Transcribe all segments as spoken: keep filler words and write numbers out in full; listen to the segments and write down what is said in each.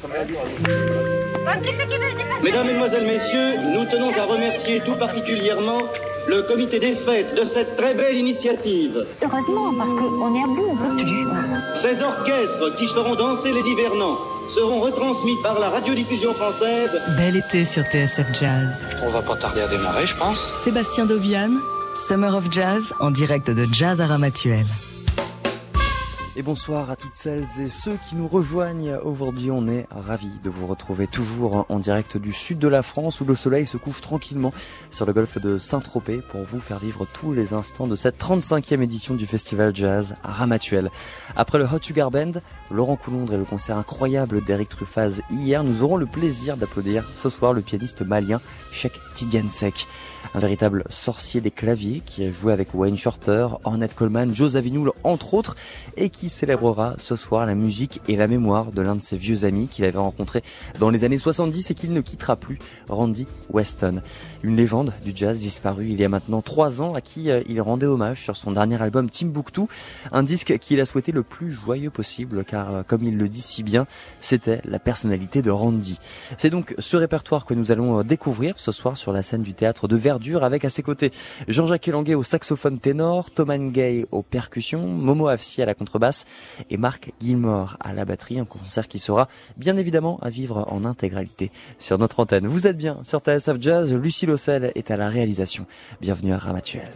Mesdames, Mesdemoiselles, Messieurs, nous tenons à remercier tout particulièrement le comité des fêtes de cette très belle initiative. Heureusement, parce qu'on est à bout, on peut plus. Ces orchestres qui feront danser les hivernants seront retransmis par la radiodiffusion française. Bel été sur T S F Jazz. On va pas tarder à démarrer, je pense. Sébastien Dovian, Summer of Jazz, en direct de Jazz à Ramatuelle. Et bonsoir à toutes celles et ceux qui nous rejoignent. Aujourd'hui, on est ravis de vous retrouver toujours en direct du sud de la France où le soleil se couche tranquillement sur le golfe de Saint-Tropez pour vous faire vivre tous les instants de cette trente-cinquième édition du Festival Jazz à Ramatuelle. Après le Hot Sugar Band, Laurent Coulondre et le concert incroyable d'Eric Truffaz hier, nous aurons le plaisir d'applaudir ce soir le pianiste malien Cheikh Tidiane-Seck. Un véritable sorcier des claviers qui a joué avec Wayne Shorter, Ornette Coleman, Joe Zawinul entre autres et qui célébrera ce soir la musique et la mémoire de l'un de ses vieux amis qu'il avait rencontré dans les années soixante-dix et qu'il ne quittera plus, Randy Weston. Une légende du jazz disparue il y a maintenant trois ans à qui il rendait hommage sur son dernier album Timbuktu, un disque qu'il a souhaité le plus joyeux possible car comme il le dit si bien, c'était la personnalité de Randy. C'est donc ce répertoire que nous allons découvrir ce soir sur la scène du théâtre de Verdure avec à ses côtés Jean-Jacques Elanguet au saxophone ténor, Thomas Gay aux percussions, Momo Hafsi à la contrebasse et Marc Gilmore à la batterie, un concert qui sera bien évidemment à vivre en intégralité sur notre antenne. Vous êtes bien sur T S F Jazz, Lucie Lossel est à la réalisation. Bienvenue à Ramatuelle.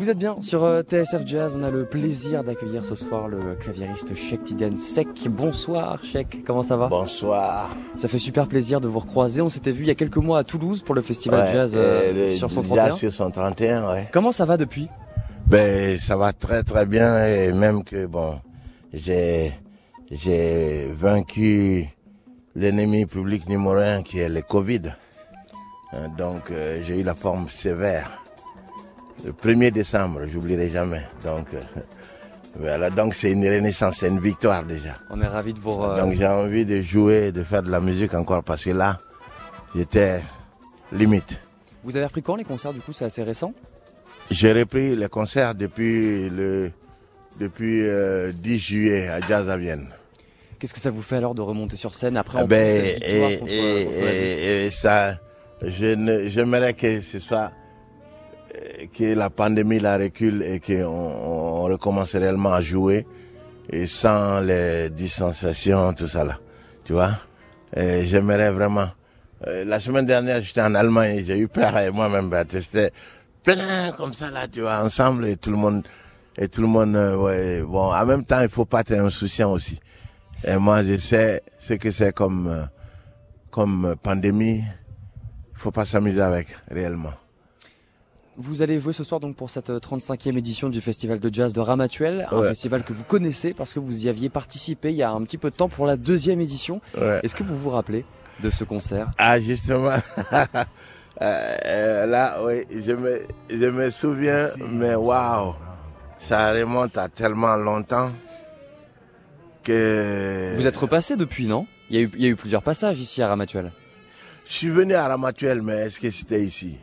Vous êtes bien sur euh, T S F Jazz, on a le plaisir d'accueillir ce soir le claviériste Cheick Tidiane Seck. Bonsoir Cheick, comment ça va? Bonsoir. Ça fait super plaisir de vous recroiser, on s'était vu il y a quelques mois à Toulouse pour le festival ouais, jazz euh, le, sur son trente et un. Jazz sur son trente et un, ouais. Comment ça va depuis? Ben, ça va très très bien et même que bon, j'ai j'ai vaincu l'ennemi public numéro un qui est le Covid. Donc euh, j'ai eu la forme sévère. Le premier décembre, j'oublierai jamais. Donc, euh, voilà, donc c'est une renaissance, c'est une victoire déjà. On est ravis de vous... Euh... Donc j'ai envie de jouer, de faire de la musique encore parce que là, j'étais limite. Vous avez repris quand les concerts du coup, c'est assez récent? J'ai repris les concerts depuis le depuis euh, dix juillet à Jazz à Vienne. Qu'est-ce que ça vous fait alors de remonter sur scène après en ben, cette victoire et, contre, et, contre et, et ça, je ne, j'aimerais que ce soit que la pandémie la recule et qu'on on recommence réellement à jouer et sans les distanciations, tout ça là, tu vois. Et j'aimerais vraiment. La semaine dernière, j'étais en Allemagne et j'ai eu peur et moi-même, c'était plein comme ça là, tu vois, ensemble et tout le monde, et tout le monde, ouais. Bon, en même temps, il faut pas être insouciant aussi. Et moi, je sais ce que c'est comme comme pandémie. Il faut pas s'amuser avec réellement. Vous allez jouer ce soir donc pour cette trente-cinquième édition du festival de jazz de Ramatuelle, un ouais. festival que vous connaissez parce que vous y aviez participé il y a un petit peu de temps pour la deuxième édition. Ouais. Est-ce que vous vous rappelez de ce concert? Ah justement, euh, là oui, je me, je me souviens, mais waouh, ça remonte à tellement longtemps que... Vous êtes repassé depuis, non? il y, a eu, il y a eu plusieurs passages ici à Ramatuelle. Je suis venu à Ramatuelle, mais est-ce que c'était ici?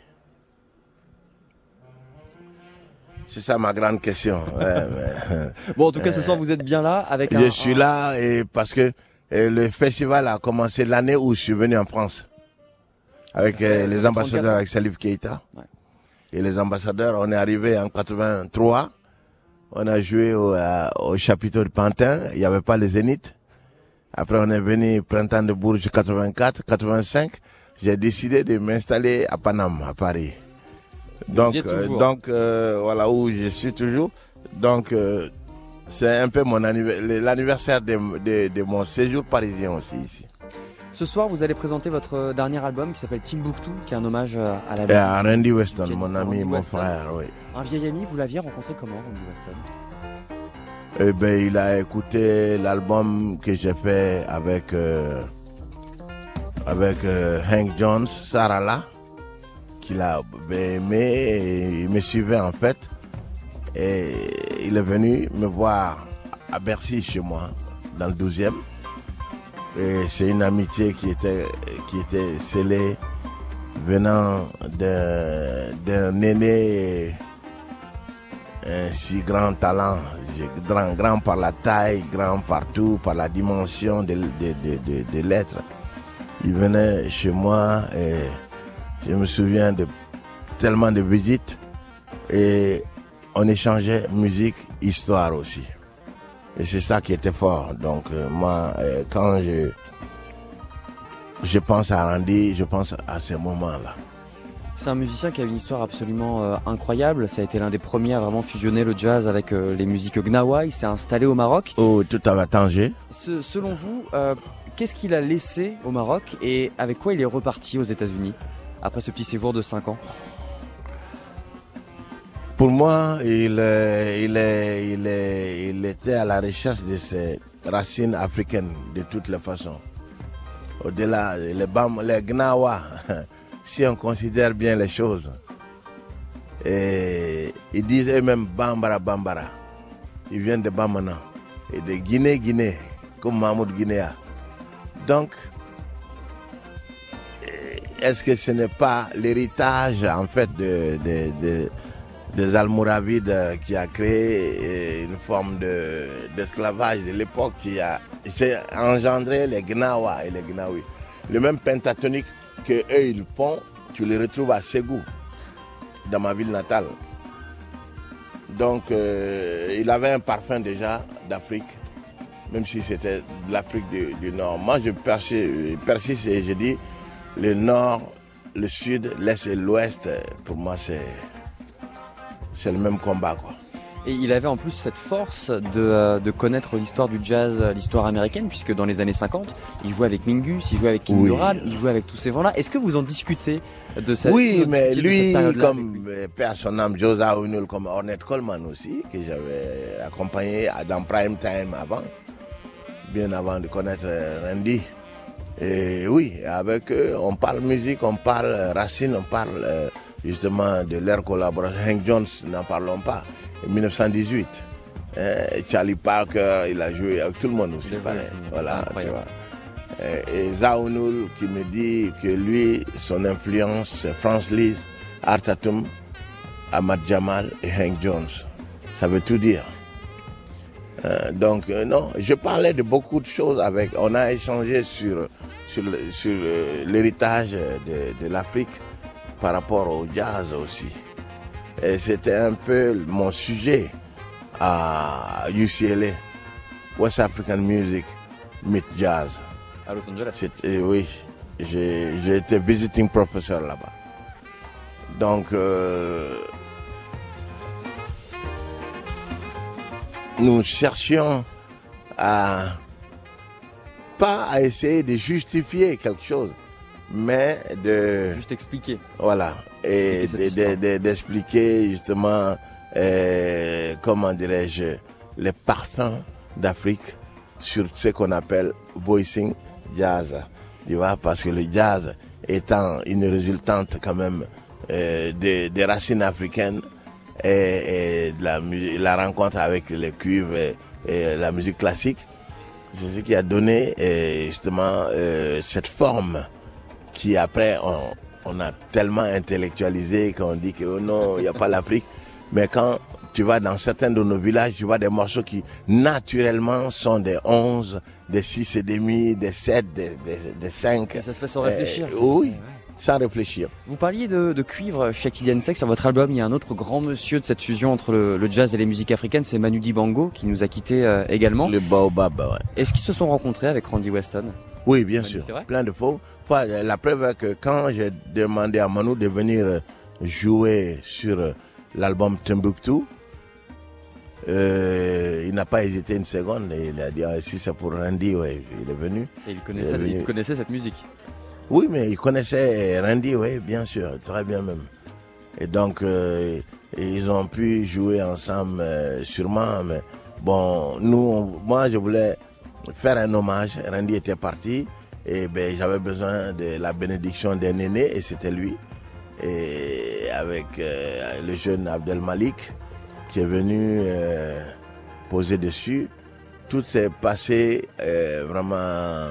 C'est ça ma grande question. Ouais, mais, bon, en tout cas, euh, ce soir, vous êtes bien là avec je un... Je suis un... là et parce que et le festival a commencé l'année où je suis venu en France. Avec euh, les ambassadeurs, avec Salif Keita. Ouais. Et les ambassadeurs, on est arrivé en quatre-vingt-trois. On a joué au, euh, au chapiteau de Pantin. Il n'y avait pas les Zénith. Après, on est venu printemps de Bourges quatre-vingt-quatre, quatre-vingt-cinq. J'ai décidé de m'installer à Paname, à Paris. Donc, euh, donc euh, voilà où je suis toujours. Donc, euh, c'est un peu mon anniversaire, l'anniversaire de, de, de mon séjour parisien aussi ici. Ce soir, vous allez présenter votre dernier album qui s'appelle Timbuktu, qui est un hommage à la... Et à Randy Weston, mon ami, mon Weston. frère, oui. Un vieil ami, vous l'aviez rencontré comment, Randy Weston? Eh ben, il a écouté l'album que j'ai fait avec euh, avec euh, Hank Jones, Sarala, qu'il a aimé et il me suivait en fait. Et il est venu me voir à Bercy chez moi, dans le douzième. Et c'est une amitié qui était, qui était scellée venant d'un, d'un aîné, un si grand talent, grand, grand par la taille, grand partout, par la dimension de, de, de, de, de l'être. Il venait chez moi et je me souviens de tellement de visites et on échangeait musique, histoire aussi. Et c'est ça qui était fort. Donc euh, moi, euh, quand je, je pense à Randy, je pense à ces moments-là. C'est un musicien qui a une histoire absolument euh, incroyable. Ça a été l'un des premiers à vraiment fusionner le jazz avec euh, les musiques gnawa. Il s'est installé au Maroc. Oh, tout à Tanger. Ce, selon vous, euh, qu'est-ce qu'il a laissé au Maroc et avec quoi il est reparti aux États-Unis après ce petit séjour de cinq ans? Pour moi, il, est, il, est, il, est, il était à la recherche de ses racines africaines de toutes les façons. Au-delà, les, Bam, les Gnawa, si on considère bien les choses, et ils disent eux-mêmes Bambara Bambara. Ils viennent de Bamana et de Guinée, Guinée, comme Mahmoud Guinéa. Donc, est-ce que ce n'est pas l'héritage en fait de, de, de des Almoravides qui a créé une forme de, d'esclavage de l'époque qui a engendré les Gnawa et les Gnawi. Le même pentatonique que eux ils font, tu le retrouves à Ségou, dans ma ville natale. Donc euh, il avait un parfum déjà d'Afrique, même si c'était de l'Afrique du, du Nord. Moi je persiste et je dis le Nord, le Sud, l'Est et l'Ouest, pour moi c'est... c'est le même combat, quoi. Et il avait en plus cette force de, euh, de connaître l'histoire du jazz, l'histoire américaine, puisque dans les années cinquante, il jouait avec Mingus, il jouait avec King Oui. Durham, il jouait avec tous ces gens-là. Est-ce que vous en discutez de cette Oui, de mais cette lui, période-là comme euh, père son âme, Josiah O'Neill, comme Ornette Coleman aussi, que j'avais accompagné à- dans Prime Time avant, bien avant de connaître euh, Randy. Et oui, avec eux, on parle musique, on parle euh, racines, on parle euh, justement de leur collaboration. Hank Jones, n'en parlons pas, en dix-neuf cent dix-huit. Euh, Charlie Parker, il a joué avec tout le monde aussi, Il a joué pareil. avec tout le monde, Voilà, c'est tu incroyable. vois. Et, et Zaounul qui me dit que lui, son influence, c'est Franz Liszt, Art Tatum, Ahmad Jamal et Hank Jones. Ça veut tout dire. Euh, donc, euh, non, je parlais de beaucoup de choses avec. On a échangé sur, sur, le- sur euh, l'héritage de, de l'Afrique par rapport au jazz aussi. Et c'était un peu mon sujet à U C L A, West African Music, Meet Jazz. À Los Angeles. C'était- oui, j'ai j'ai été visiting professor là-bas. Donc, euh, nous cherchions à pas à essayer de justifier quelque chose, mais de Juste expliquer. voilà et Expliquer cette de- de- histoire. de- d'expliquer justement euh, comment dirais-je les parfums d'Afrique sur ce qu'on appelle voicing jazz, tu vois, parce que le jazz étant une résultante quand même euh, des, des racines africaines et, et de la, mu- la rencontre avec les cuivres et, et la musique classique, c'est ce qui a donné euh, justement euh, cette forme qui après on, on a tellement intellectualisé qu'on dit que oh non, il n'y a pas l'Afrique. Mais quand tu vas dans certains de nos villages, tu vois des morceaux qui naturellement sont des onze, des six et demi, des sept, des, des, des cinq. Et ça se fait sans réfléchir. Euh, ça se oui, fait, ouais. sans réfléchir. Vous parliez de, de cuivre chez Tidiane Seck sur votre album. Il y a un autre grand monsieur de cette fusion entre le, le jazz et les musiques africaines, c'est Manu Dibango qui nous a quittés euh, également. Le baobab, ouais. Est-ce qu'ils se sont rencontrés avec Randy Weston? Oui, bien Manu, sûr. c'est vrai Plein de faux. Enfin, la preuve est que quand j'ai demandé à Manu de venir jouer sur euh, l'album Timbuktu, euh, il n'a pas hésité une seconde. Et il a dit, ah, si c'est pour Randy, ouais, il est venu. Et il connaissait, Il est il venu. connaissait cette musique. Oui, mais il connaissait Randy, oui, bien sûr, très bien même. Et donc, euh, et ils ont pu jouer ensemble, euh, sûrement. Mais bon, nous, on- moi, je voulais faire un hommage. Randy était parti et ben, j'avais besoin de la bénédiction d'un aîné et c'était lui. Et avec euh, le jeune Abdel Malik qui est venu euh, poser dessus. Tout s'est passé euh, vraiment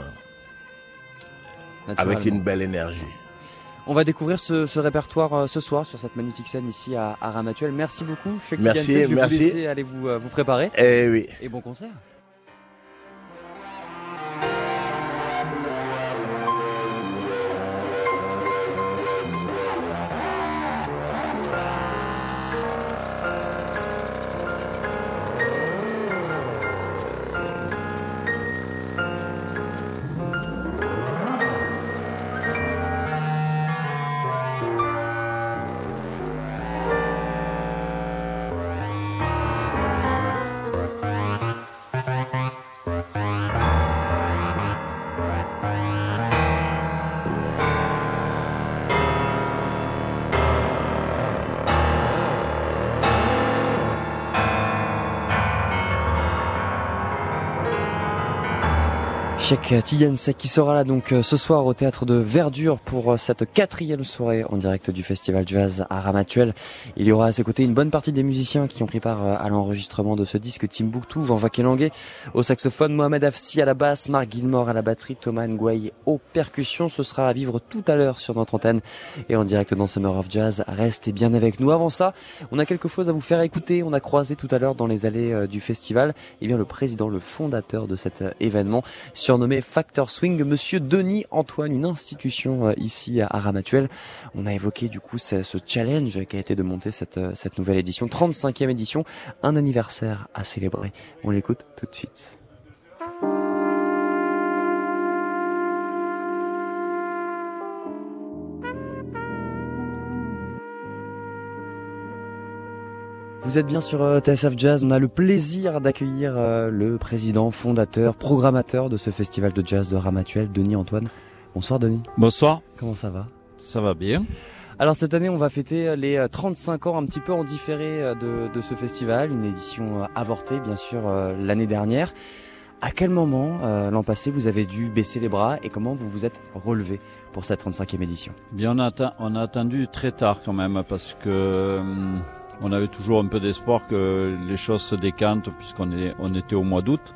avec naturellement. une belle énergie. On va découvrir ce, ce répertoire euh, ce soir sur cette magnifique scène ici à, à Ramatuelle. Merci beaucoup. Cheikh Merci, Tidiane Seck, je vais merci. vous laisser aller vous, euh, vous préparer. Eh oui. Et bon concert. Cheikh Tidiane Seck qui sera là donc euh, ce soir au théâtre de Verdure pour euh, cette quatrième soirée en direct du festival jazz à Ramatuelle. Il y aura à ses côtés une bonne partie des musiciens qui ont pris part euh, à l'enregistrement de ce disque, Timbuktu, Jean-Jacques Elanguet au saxophone, Mohamed Afsi à la basse, Marc Gilmore à la batterie, Thomas Nguay aux percussions. Ce sera à vivre tout à l'heure sur notre antenne et en direct dans Summer of Jazz. Restez bien avec nous. Avant ça, on a quelque chose à vous faire écouter. On a croisé tout à l'heure dans les allées euh, du festival, eh bien le président, le fondateur de cet euh, événement, surnommé Factor Swing, monsieur Denis Antoine, une institution euh, ici à, à Ramatuelle. On a évoqué du coup ce, ce challenge qui a été de monter cette, euh, cette nouvelle édition, trente-cinquième édition, un anniversaire à célébrer. On l'écoute tout de suite. Vous êtes bien sur euh, T S F Jazz. On a le plaisir d'accueillir euh, le président, fondateur, programmateur de ce festival de jazz de Ramatuelle, Denis Antoine. Bonsoir Denis. Bonsoir. Comment ça va? Ça va bien. Alors cette année, on va fêter les trente-cinq ans un petit peu en différé de, de ce festival, une édition avortée bien sûr euh, l'année dernière. À quel moment, euh, l'an passé, vous avez dû baisser les bras et comment vous vous êtes relevé pour cette trente-cinquième édition? Bien, on a, on a attendu très tard quand même parce que hum, on avait toujours un peu d'espoir que les choses se décantent puisqu'on est, on était au mois d'août.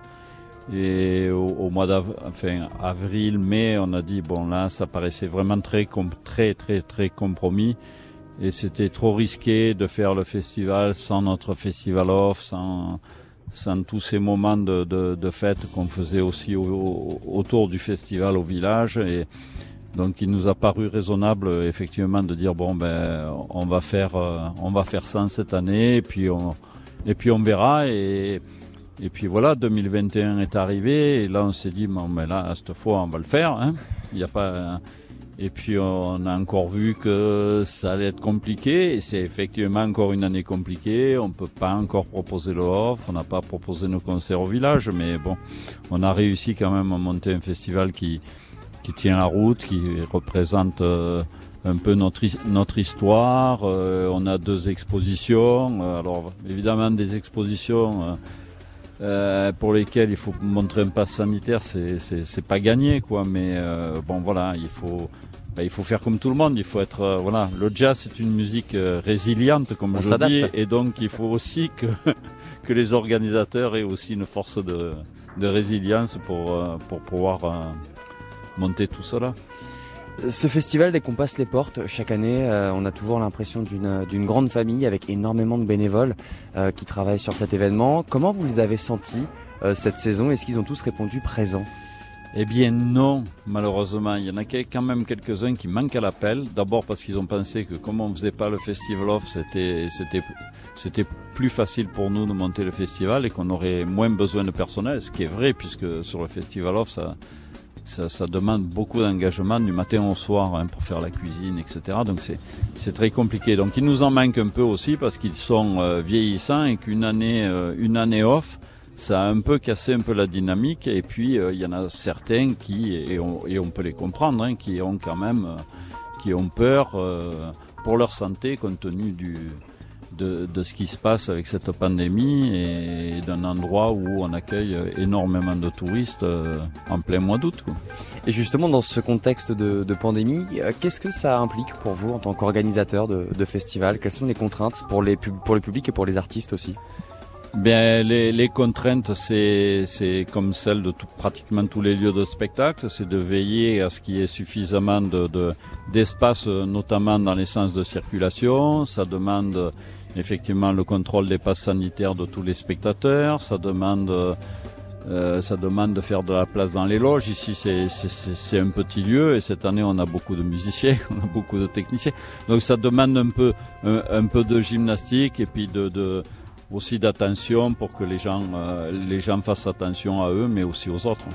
Et au, au mois d'avril, enfin, avril, mai, on a dit bon là, ça paraissait vraiment très, très, très, très compromis et c'était trop risqué de faire le festival sans notre festival off, sans, sans tous ces moments de, de, de fête qu'on faisait aussi au, au, autour du festival au village. Et donc, il nous a paru raisonnable effectivement de dire bon ben, on va faire, on va faire ça cette année et puis on, et puis on verra et Et puis voilà, deux mille vingt et un est arrivé et là on s'est dit bon mais là cette fois on va le faire, hein. Il y a pas. Et puis on a encore vu que ça allait être compliqué et c'est effectivement encore une année compliquée. On peut pas encore proposer le off, on n'a pas proposé nos concerts au village, mais bon, on a réussi quand même à monter un festival qui qui tient la route, qui représente euh, un peu notre, notre histoire. Euh, on a deux expositions, alors évidemment des expositions. Euh, Euh, pour lesquels il faut montrer un pass sanitaire, c'est, c'est, c'est pas gagné quoi, mais euh, bon voilà, il faut, bah, il faut faire comme tout le monde, il faut être, euh, voilà, le jazz c'est une musique euh, résiliente comme On je s'adapte. dis, et donc il faut aussi que, que les organisateurs aient aussi une force de, de résilience pour, euh, pour pouvoir euh, monter tout cela. Ce festival, dès qu'on passe les portes, chaque année, euh, on a toujours l'impression d'une, d'une grande famille avec énormément de bénévoles euh, qui travaillent sur cet événement. Comment vous les avez sentis euh, cette saison? Est-ce qu'ils ont tous répondu présents? Eh bien non, malheureusement. Il y en a quand même quelques-uns qui manquent à l'appel. D'abord parce qu'ils ont pensé que comme on ne faisait pas le Festival Off, c'était, c'était, c'était plus facile pour nous de monter le festival et qu'on aurait moins besoin de personnel, ce qui est vrai puisque sur le Festival Off, ça... Ça, ça demande beaucoup d'engagement du matin au soir hein, pour faire la cuisine, et cetera. Donc c'est, c'est très compliqué. Donc il nous en manque un peu aussi parce qu'ils sont euh, vieillissants et qu'une année, euh, une année off, ça a un peu cassé un peu la dynamique. Et puis euh, il y en a certains qui, et on, et on peut les comprendre, hein, qui ont quand même, euh, qui ont peur euh, pour leur santé compte tenu du De, de ce qui se passe avec cette pandémie et d'un endroit où on accueille énormément de touristes euh, en plein mois d'août, quoi. Et justement, dans ce contexte de, de pandémie, euh, qu'est-ce que ça implique pour vous en tant qu'organisateur de, de festival? Quelles sont les contraintes pour, les pub- pour le public et pour les artistes aussi? Bien, les, les contraintes, c'est, c'est comme celles de tout, pratiquement tous les lieux de spectacle, c'est de veiller à ce qu'il y ait suffisamment de, de, d'espace, notamment dans les sens de circulation. Ça demande effectivement le contrôle des passes sanitaires de tous les spectateurs. Ça demande, euh, ça demande de faire de la place dans les loges. Ici, c'est, c'est, c'est, c'est un petit lieu et cette année, on a beaucoup de musiciens, on a beaucoup de techniciens. Donc, ça demande un peu, un, un peu de gymnastique et puis de, de aussi d'attention pour que les gens, euh, les gens fassent attention à eux, mais aussi aux autres.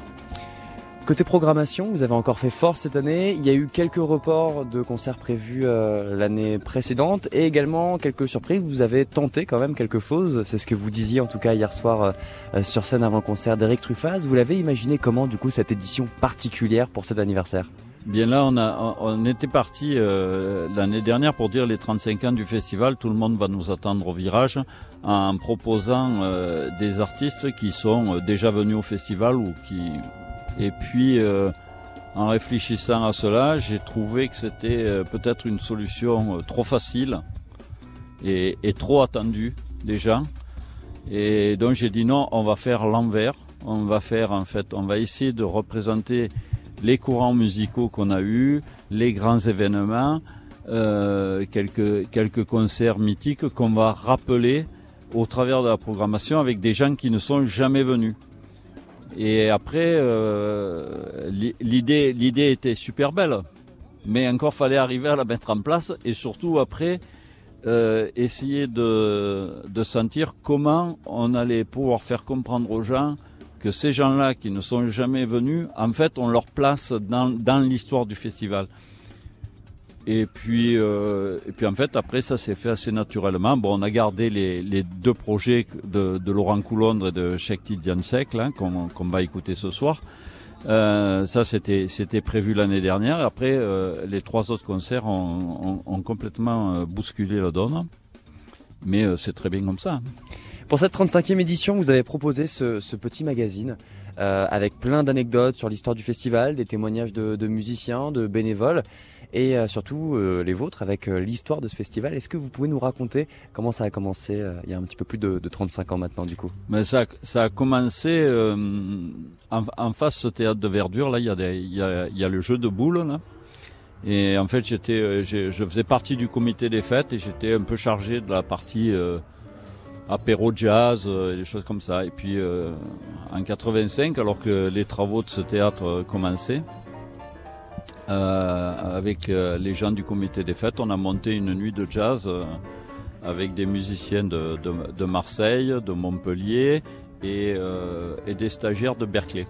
Côté programmation, vous avez encore fait fort cette année. Il y a eu quelques reports de concerts prévus euh, l'année précédente et également quelques surprises. Vous avez tenté quand même quelque chose. C'est ce que vous disiez en tout cas hier soir euh, sur scène avant le concert d'Eric Truffaz. Vous l'avez imaginé comment du coup cette édition particulière pour cet anniversaire? Bien là, on, a, on était parti euh, l'année dernière pour dire les trente-cinq ans du festival. Tout le monde va nous attendre au virage en proposant euh, des artistes qui sont déjà venus au festival ou qui... Et puis, euh, en réfléchissant à cela, j'ai trouvé que c'était euh, peut-être une solution euh, trop facile et, et trop attendue déjà. Et donc j'ai dit non, on va faire l'envers. On va faire en fait, on va essayer de représenter les courants musicaux qu'on a eus, les grands événements, euh, quelques, quelques concerts mythiques qu'on va rappeler au travers de la programmation avec des gens qui ne sont jamais venus. Et après, euh, l'idée, l'idée était super belle, mais encore fallait arriver à la mettre en place et surtout après euh, essayer de, de sentir comment on allait pouvoir faire comprendre aux gens que ces gens-là qui ne sont jamais venus, en fait, on leur place dans, dans l'histoire du festival. Et puis, euh, et puis en fait, après, ça s'est fait assez naturellement. Bon, on a gardé les, les deux projets de, de Laurent Coulondre et de Shekti Diansek, là, qu'on, qu'on va écouter ce soir. Euh, ça, c'était, c'était prévu l'année dernière. Après, euh, les trois autres concerts ont, ont, ont complètement euh, bousculé la donne. Mais euh, c'est très bien comme ça. Pour cette trente-cinquième édition, vous avez proposé ce, ce petit magazine euh, avec plein d'anecdotes sur l'histoire du festival, des témoignages de, de musiciens, de bénévoles et euh, surtout euh, les vôtres avec euh, l'histoire de ce festival. Est-ce que vous pouvez nous raconter comment ça a commencé euh, il y a un petit peu plus de, de trente-cinq ans maintenant du coup? Mais ça, ça a commencé euh, en, en face au théâtre de Verdure. Là, il y a, des, il y a, il y a le jeu de boules là. Et en fait, j'étais, je faisais partie du comité des fêtes et j'étais un peu chargé de la partie euh, apéro jazz euh, et des choses comme ça. Et puis euh, en quatre-vingt-cinq, alors que les travaux de ce théâtre euh, commençaient, euh, avec euh, les gens du comité des fêtes, on a monté une nuit de jazz euh, avec des musiciens de, de, de Marseille, de Montpellier et, euh, et des stagiaires de Berkeley.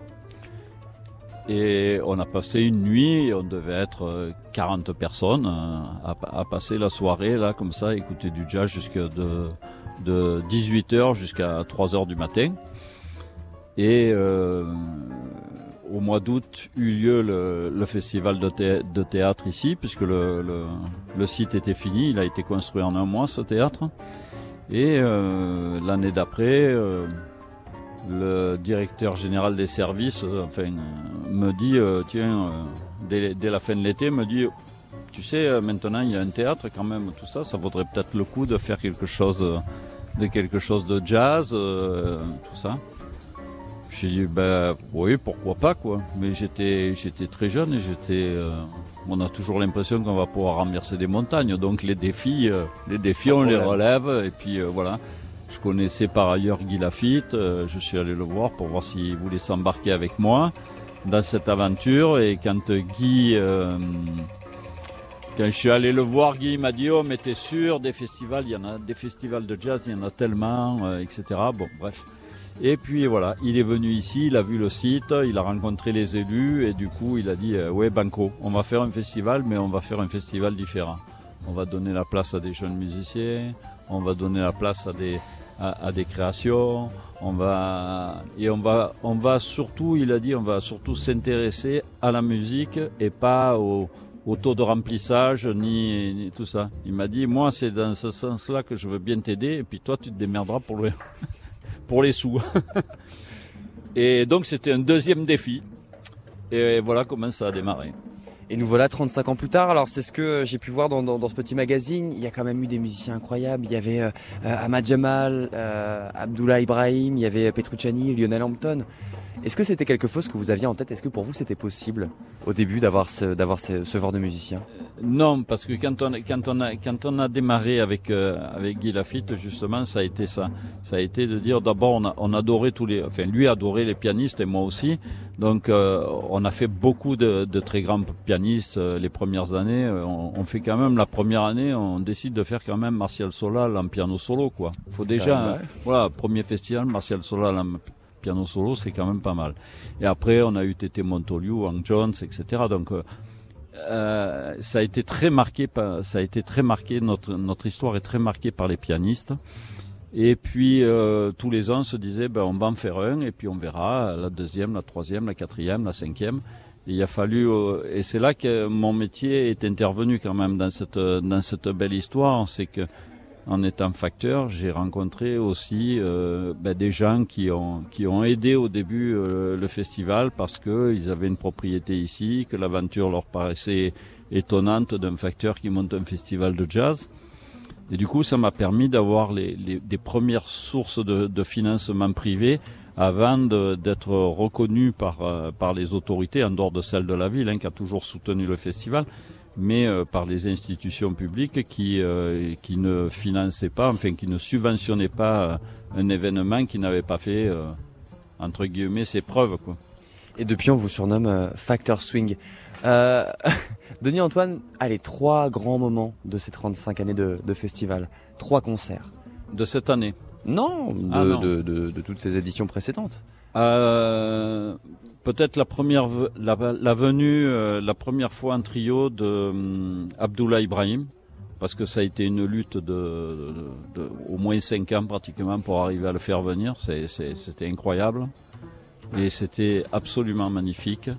Et on a passé une nuit, on devait être quarante personnes à, à passer la soirée là comme ça, écouter du jazz jusqu'à de, de dix-huit heures jusqu'à trois heures du matin. Et euh, au mois d'août eut lieu le, le festival de, thé, de théâtre ici, puisque le, le, le site était fini, il a été construit en un mois ce théâtre. Et euh, l'année d'après, euh, le directeur général des services euh, enfin, euh, me dit, euh, tiens, euh, dès, dès la fin de l'été, me dit, tu sais, euh, maintenant il y a un théâtre quand même, tout ça, ça vaudrait peut-être le coup de faire quelque chose, euh, de quelque chose de jazz, euh, tout ça. J'ai dit, ben oui, pourquoi pas, quoi. Mais j'étais, j'étais très jeune et j'étais, euh, on a toujours l'impression qu'on va pouvoir renverser des montagnes, donc les défis, euh, les défis, on les relève, et puis euh, voilà. Je connaissais par ailleurs Guy Laffitte, euh, je suis allé le voir pour voir s'il voulait s'embarquer avec moi dans cette aventure. Et quand Guy, euh, quand je suis allé le voir, Guy m'a dit, oh mais t'es sûr, des festivals, il y en a des festivals de jazz, il y en a tellement, euh, et cetera. Bon, bref. Et puis voilà, il est venu ici, il a vu le site, il a rencontré les élus et du coup il a dit, euh, ouais banco, on va faire un festival, mais on va faire un festival différent. On va donner la place à des jeunes musiciens, on va donner la place à des À, à des créations, on va et on va on va surtout, il a dit, on va surtout s'intéresser à la musique et pas au, au taux de remplissage ni, ni tout ça. Il m'a dit, moi c'est dans ce sens-là que je veux bien t'aider et puis toi tu te démerderas pour le pour les sous. Et donc c'était un deuxième défi et voilà comment ça a démarré. Et nous voilà trente-cinq ans plus tard. Alors c'est ce que j'ai pu voir dans, dans, dans ce petit magazine. Il y a quand même eu des musiciens incroyables. Il y avait euh, Ahmad Jamal, euh, Abdullah Ibrahim, il y avait Petrucciani, Lionel Hampton. Est-ce que c'était quelque chose que vous aviez en tête? Est-ce que pour vous c'était possible au début d'avoir ce, d'avoir ce, ce genre de musicien? Non, parce que quand on, quand on, a, quand on a démarré avec, euh, avec Guy Laffitte, justement, ça a été ça. Ça a été de dire, d'abord, on, a, on adorait tous les, enfin, lui adorait les pianistes et moi aussi. Donc, euh, on a fait beaucoup de, de très grands pianistes euh, les premières années. On, on fait quand même, la première année, on décide de faire quand même Martial Solal en piano solo, quoi. Faut c'est déjà, hein, voilà, premier festival, Martial Solal en piano solo, c'est quand même pas mal. Et après, on a eu Tété Montoliu, Hank Jones, et cetera. Donc, euh, euh, ça a été très marqué, par, ça a été très marqué. Notre notre histoire est très marquée par les pianistes. Et puis euh, tous les ans, on se disait, ben on va en faire un, et puis on verra la deuxième, la troisième, la quatrième, la cinquième. Et il a fallu, euh, et c'est là que mon métier est intervenu quand même dans cette dans cette belle histoire, c'est que en étant facteur, j'ai rencontré aussi euh, ben, des gens qui ont qui ont aidé au début euh, le festival parce que ils avaient une propriété ici, que l'aventure leur paraissait étonnante d'un facteur qui monte un festival de jazz. Et du coup, ça m'a permis d'avoir les, les des premières sources de, de financement privé avant de, d'être reconnu par euh, par les autorités en dehors de celle de la ville, hein, qui a toujours soutenu le festival, mais euh, par les institutions publiques qui euh, qui ne finançaient pas, enfin qui ne subventionnaient pas euh, un événement qui n'avait pas fait euh, entre guillemets ses preuves, quoi. Et depuis, on vous surnomme euh, Factor Swing. Euh, Denis Antoine, allez, trois grands moments de ces trente-cinq années de, de festival, trois concerts. De cette année? Non, de, ah non. De, de, de toutes ces éditions précédentes. Euh, peut-être la première, la, la venue, euh, la première fois en trio de um, Abdullah Ibrahim, parce que ça a été une lutte de, de, de, de au moins cinq ans pratiquement pour arriver à le faire venir. C'est, c'est, c'était incroyable et c'était absolument magnifique.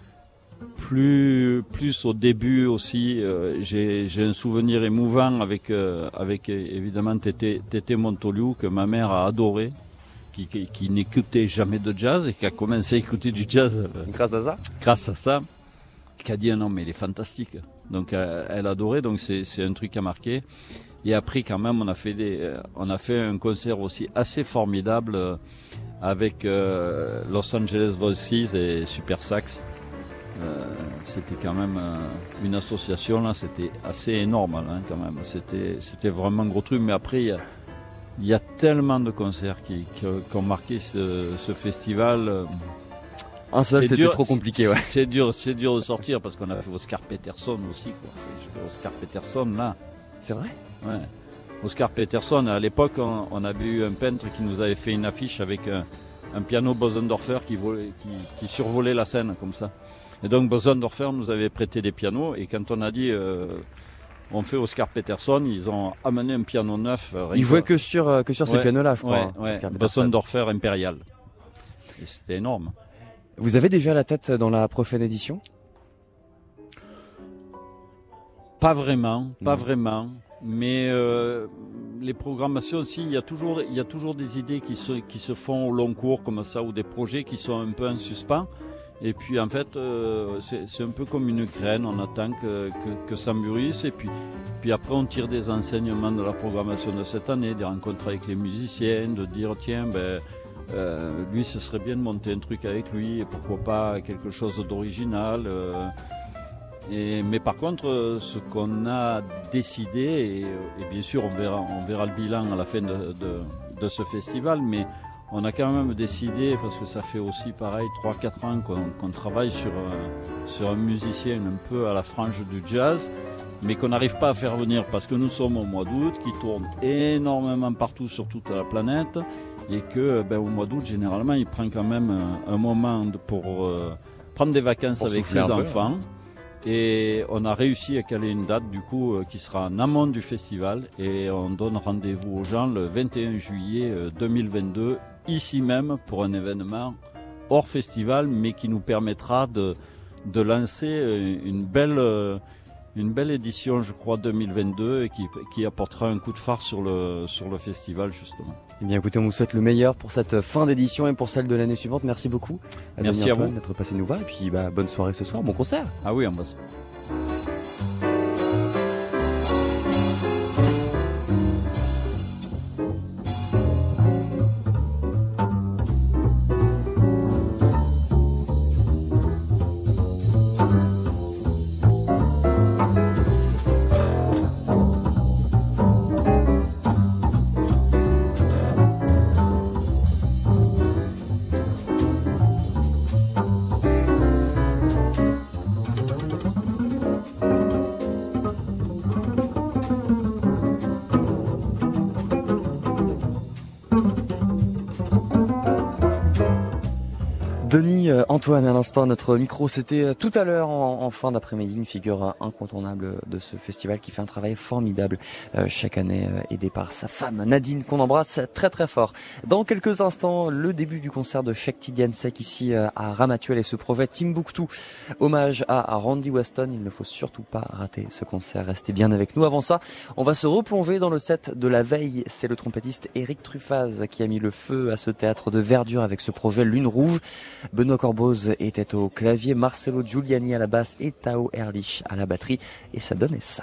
Plus, plus au début aussi, euh, j'ai, j'ai un souvenir émouvant avec, euh, avec évidemment Tété, Tété Montoliu que ma mère a adoré. Qui, qui, qui n'écoutait jamais de jazz et qui a commencé à écouter du jazz euh, grâce à ça grâce à ça qui a dit ah non mais il est fantastique, donc euh, elle adorait, donc c'est, c'est un truc qui a marqué. Et après quand même on a fait des, euh, on a fait un concert aussi assez formidable euh, avec euh, Los Angeles Voices et Super Sax. Euh, c'était quand même euh, une association là, c'était assez énorme hein, quand même, c'était, c'était vraiment un gros truc. Mais après il y a Il y a tellement de concerts qui, qui, qui ont marqué ce, ce festival. Un seul, c'était dur, trop compliqué. Ouais. C'est dur, c'est dur de sortir parce qu'on a fait Oscar Peterson aussi. Quoi. Oscar Peterson, là. C'est vrai ? Ouais. Oscar Peterson, à l'époque, on, on avait eu un peintre qui nous avait fait une affiche avec un, un piano Bosendorfer qui, volait, qui, qui survolait la scène comme ça. Et donc Bosendorfer nous avait prêté des pianos et quand on a dit... Euh, on fait Oscar Peterson, ils ont amené un piano neuf. Euh, ils jouaient que sur, euh, que sur ouais, ces pianos-là, je crois. Ouais, ouais. Bosendorfer Impérial. Et c'était énorme. Vous avez déjà la tête dans la prochaine édition ? Pas vraiment, pas non. vraiment. Mais euh, les programmations aussi, il y a toujours, il y a toujours des idées qui se, qui se font au long cours comme ça, ou des projets qui sont un peu en suspens. Et puis en fait, euh, c'est, c'est un peu comme une graine, on attend que, que, que ça mûrisse. Et puis, puis après, on tire des enseignements de la programmation de cette année, des rencontres avec les musiciens, de dire tiens, ben, euh, lui, ce serait bien de monter un truc avec lui, et pourquoi pas quelque chose d'original. Euh, et, mais par contre, ce qu'on a décidé, et, et bien sûr, on verra, on verra le bilan à la fin de, de, de ce festival, mais on a quand même décidé, parce que ça fait aussi pareil trois quatre ans qu'on, qu'on travaille sur, euh, sur un musicien un peu à la frange du jazz, mais qu'on n'arrive pas à faire venir parce que nous sommes au mois d'août, qui tourne énormément partout sur toute la planète, et que ben, au mois d'août, généralement, il prend quand même un, un moment pour euh, prendre des vacances pour avec ses enfants. Peu. Et on a réussi à caler une date du coup euh, qui sera en amont du festival, et on donne rendez-vous aux gens le vingt et un juillet deux mille vingt-deux, ici même, pour un événement hors festival, mais qui nous permettra de, de lancer une belle, une belle édition, je crois, deux mille vingt-deux, et qui, qui apportera un coup de phare sur le, sur le festival, justement. Eh bien, écoutez, on vous souhaite le meilleur pour cette fin d'édition et pour celle de l'année suivante. Merci beaucoup. À Merci à vous d'être passé nous voir, et puis bah, bonne soirée ce soir, bon concert. Ah oui, on va. Denis, euh, Antoine, à l'instant, notre micro, c'était euh, tout à l'heure en, en fin d'après-midi, une figure euh, incontournable de ce festival qui fait un travail formidable euh, chaque année, euh, aidé par sa femme Nadine, qu'on embrasse très très fort. Dans quelques instants, le début du concert de Cheick Tidiane Seck ici euh, à Ramatuelle et ce projet Timbuktu, hommage à, à Randy Weston. Il ne faut surtout pas rater ce concert, restez bien avec nous. Avant ça, on va se replonger dans le set de la veille. C'est le trompettiste Eric Truffaz qui a mis le feu à ce théâtre de verdure avec ce projet Lune Rouge. Benoît Corboz était au clavier, Marcelo Giuliani à la basse et Tao Ehrlich à la batterie. Et ça donnait ça.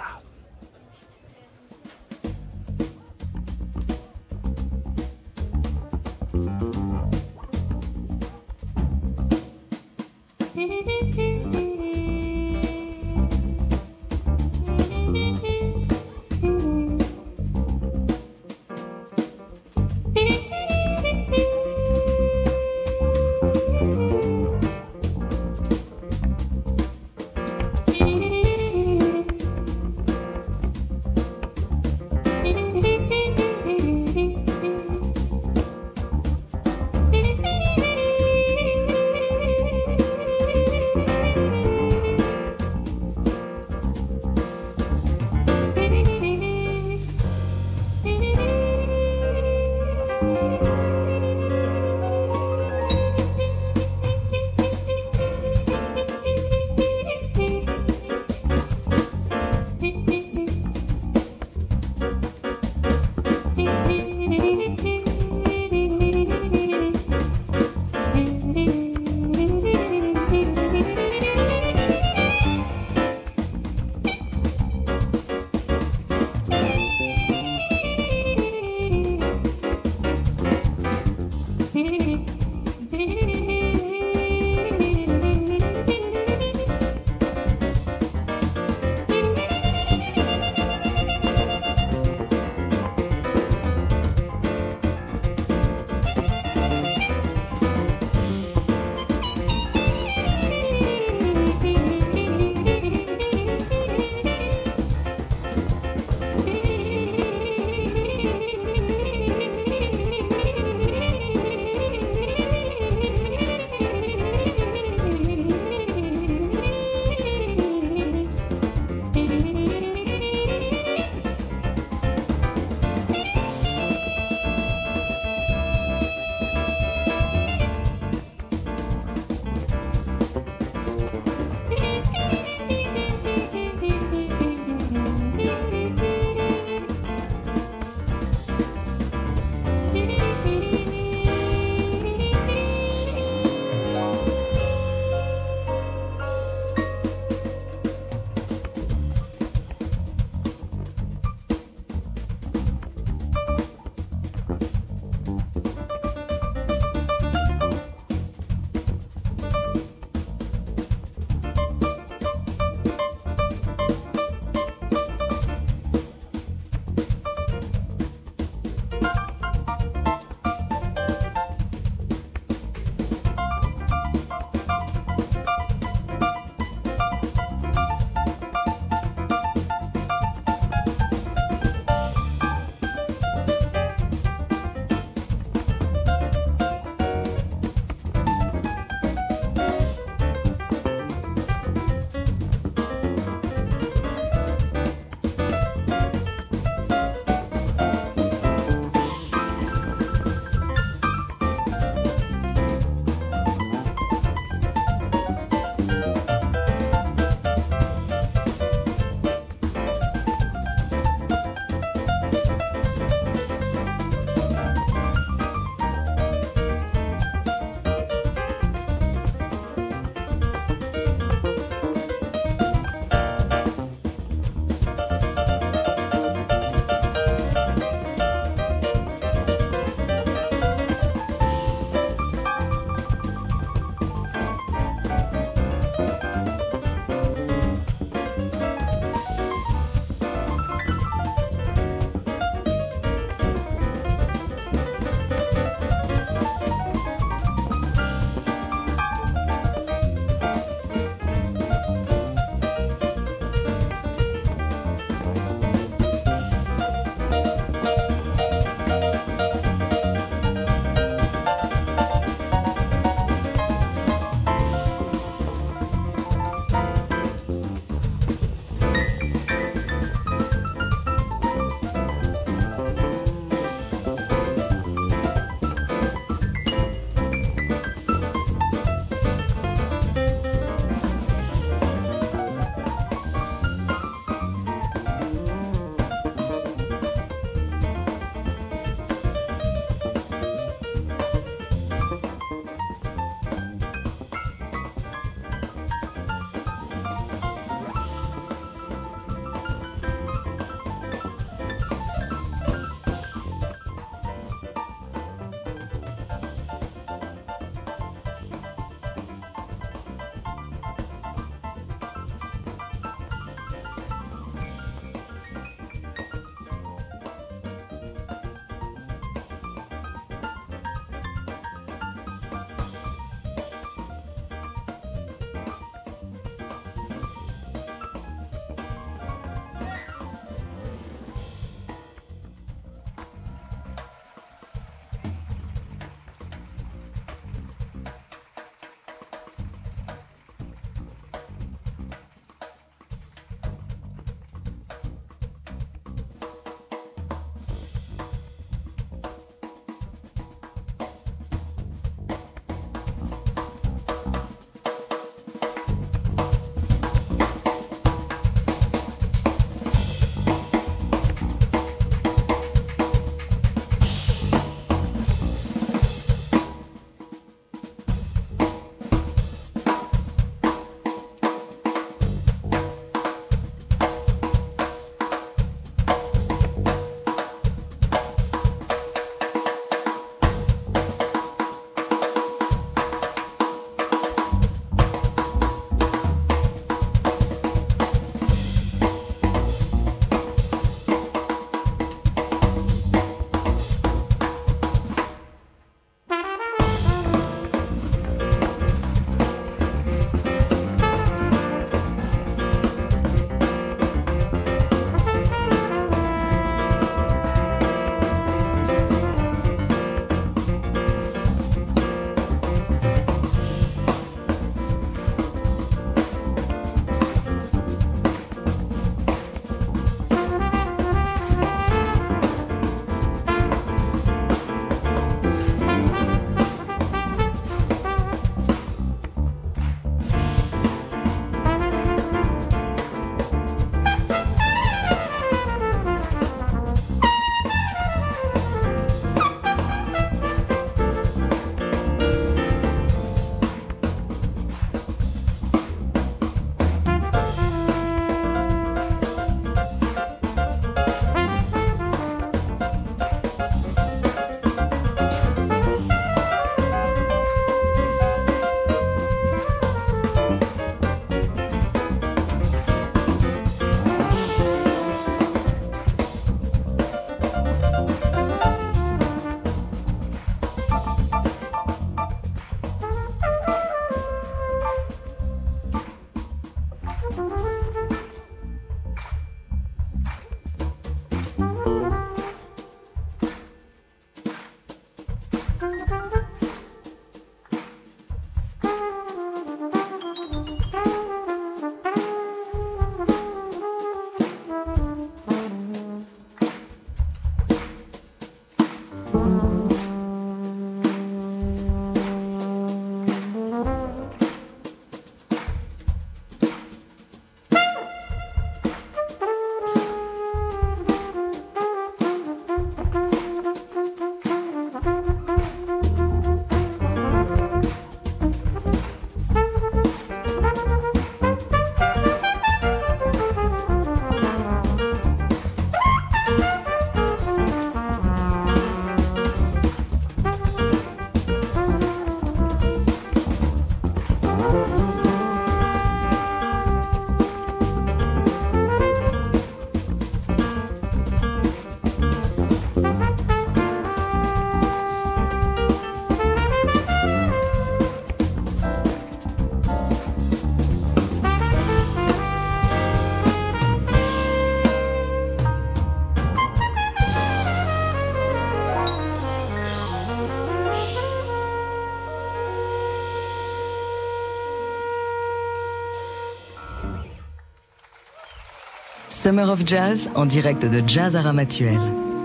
Summer of Jazz en direct de Jazz à Ramatuelle.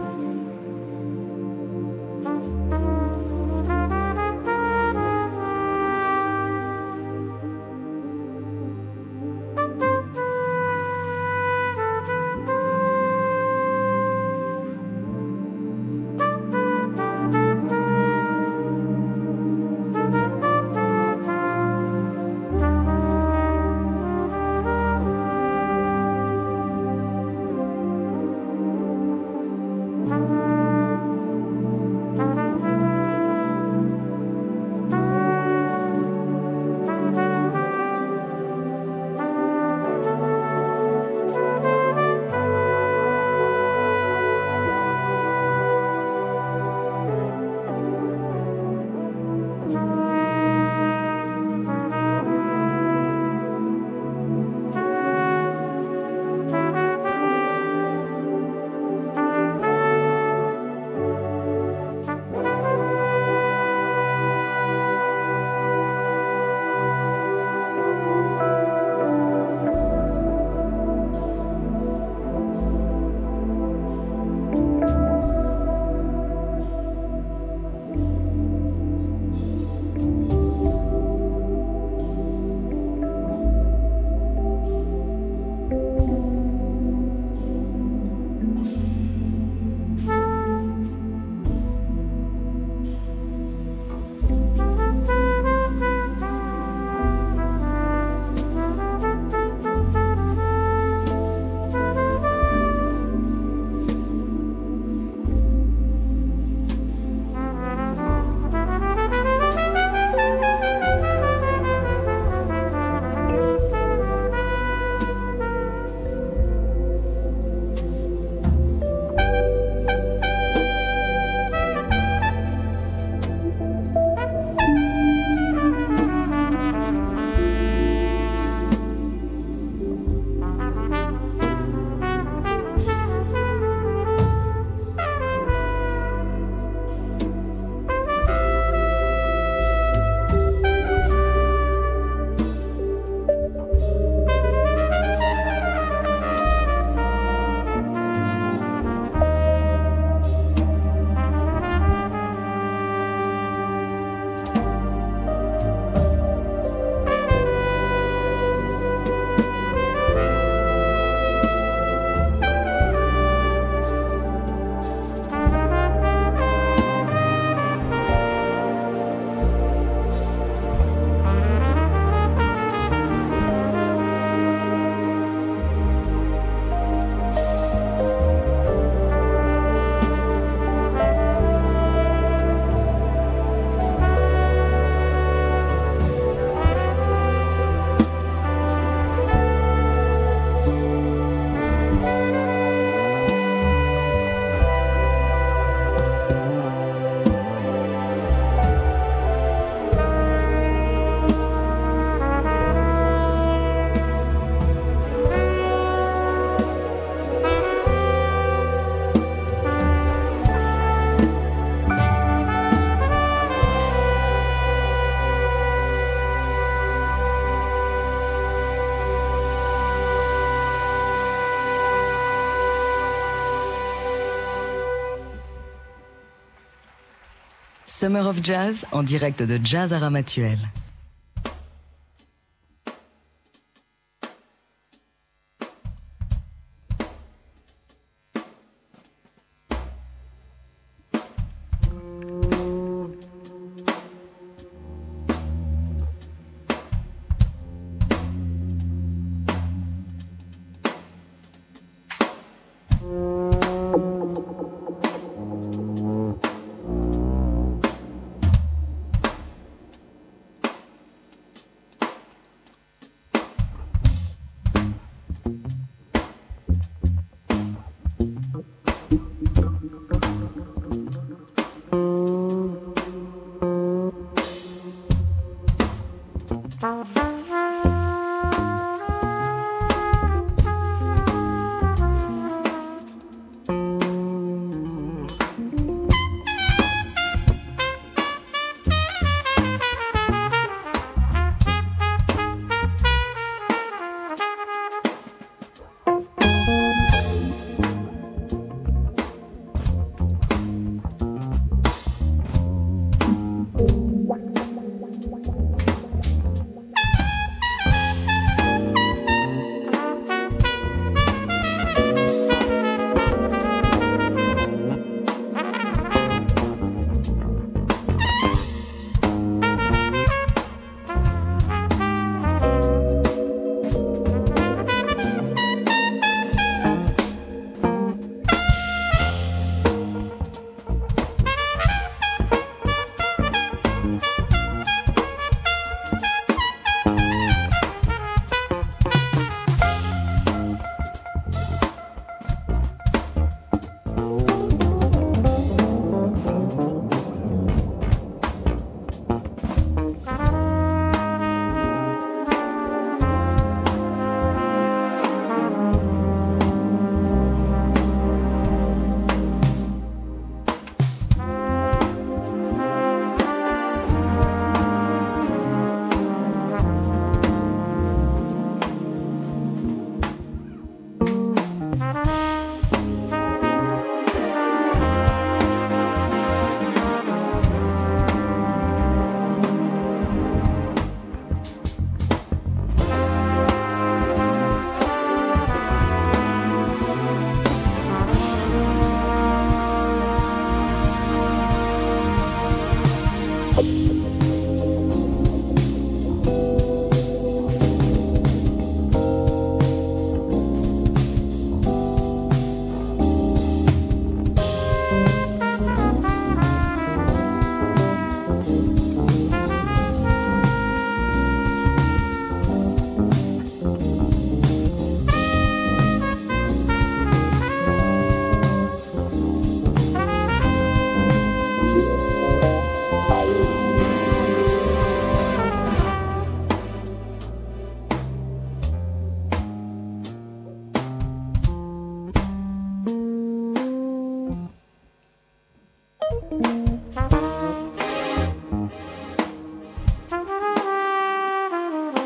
Summer of Jazz en direct de Jazz à Ramatuelle.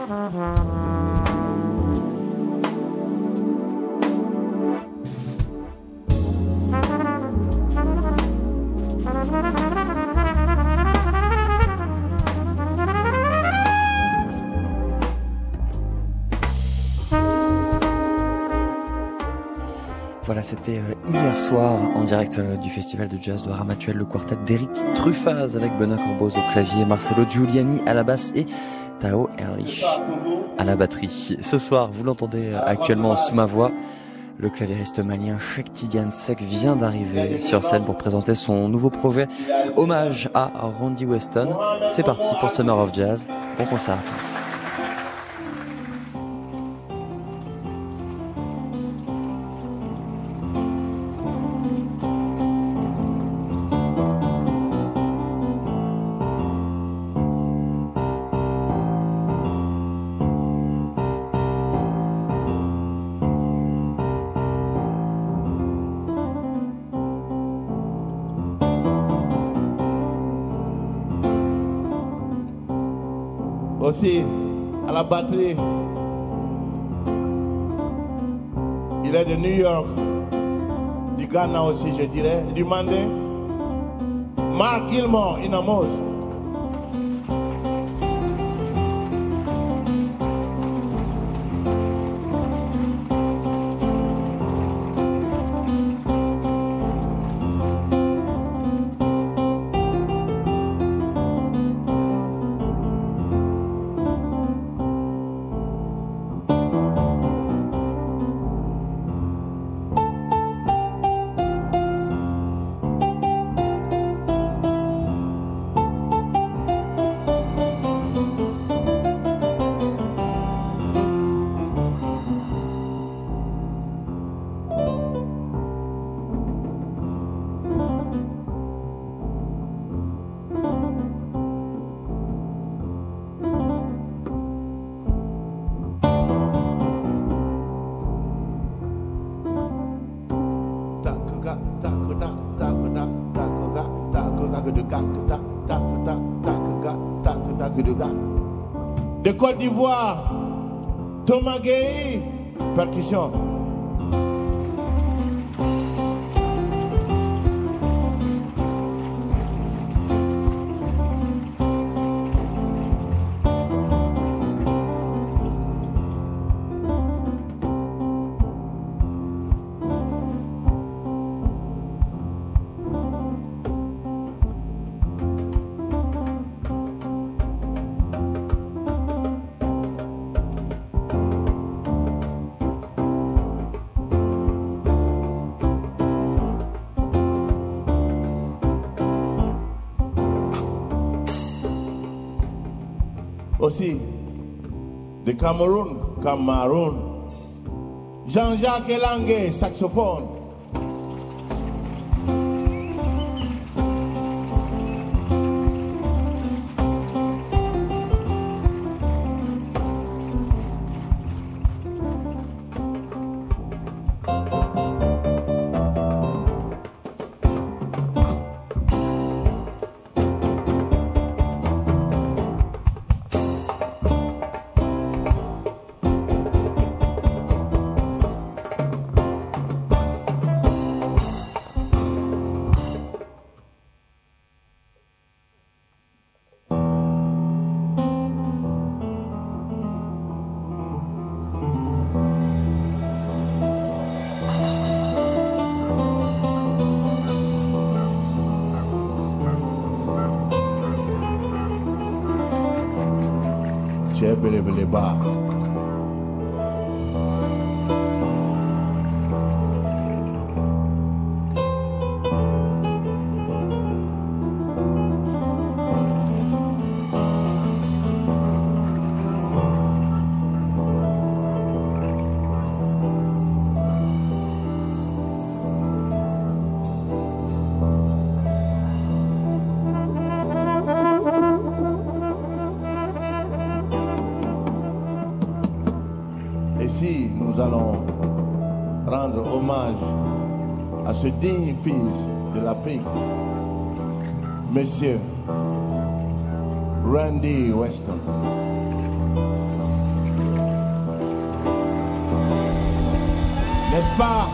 Voilà, c'était hier soir en direct du festival de jazz de Ramatuelle, le quartet d'Éric Truffaz avec Benoît Corboz au clavier, Marcelo Giuliani à la basse et Tao Ehrlich à la batterie. Ce soir, vous l'entendez actuellement sous ma voix, le claviériste malien Shekti Gansek vient d'arriver sur scène pour présenter son nouveau projet hommage à Randy Weston. C'est parti pour Summer of Jazz. Bon concert à tous. Aussi, à la batterie, il est de New York, du Ghana aussi, je dirais, du Mandé, Mark Gilmore, Inamos. De Côte d'Ivoire, Thomas Gueye, percussion. Aussi, de Cameroun, Cameroun, Jean-Jacques Elangue, saxophone. Chebelebeleba. Ici, nous allons rendre hommage à ce digne fils de l'Afrique, Monsieur Randy Weston. pas.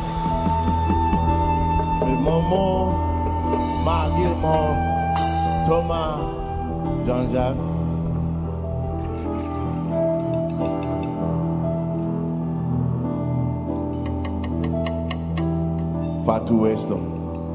Mais Momo, Marc Gilmore, Thomas, Jean-Jacques. Fatou Weston.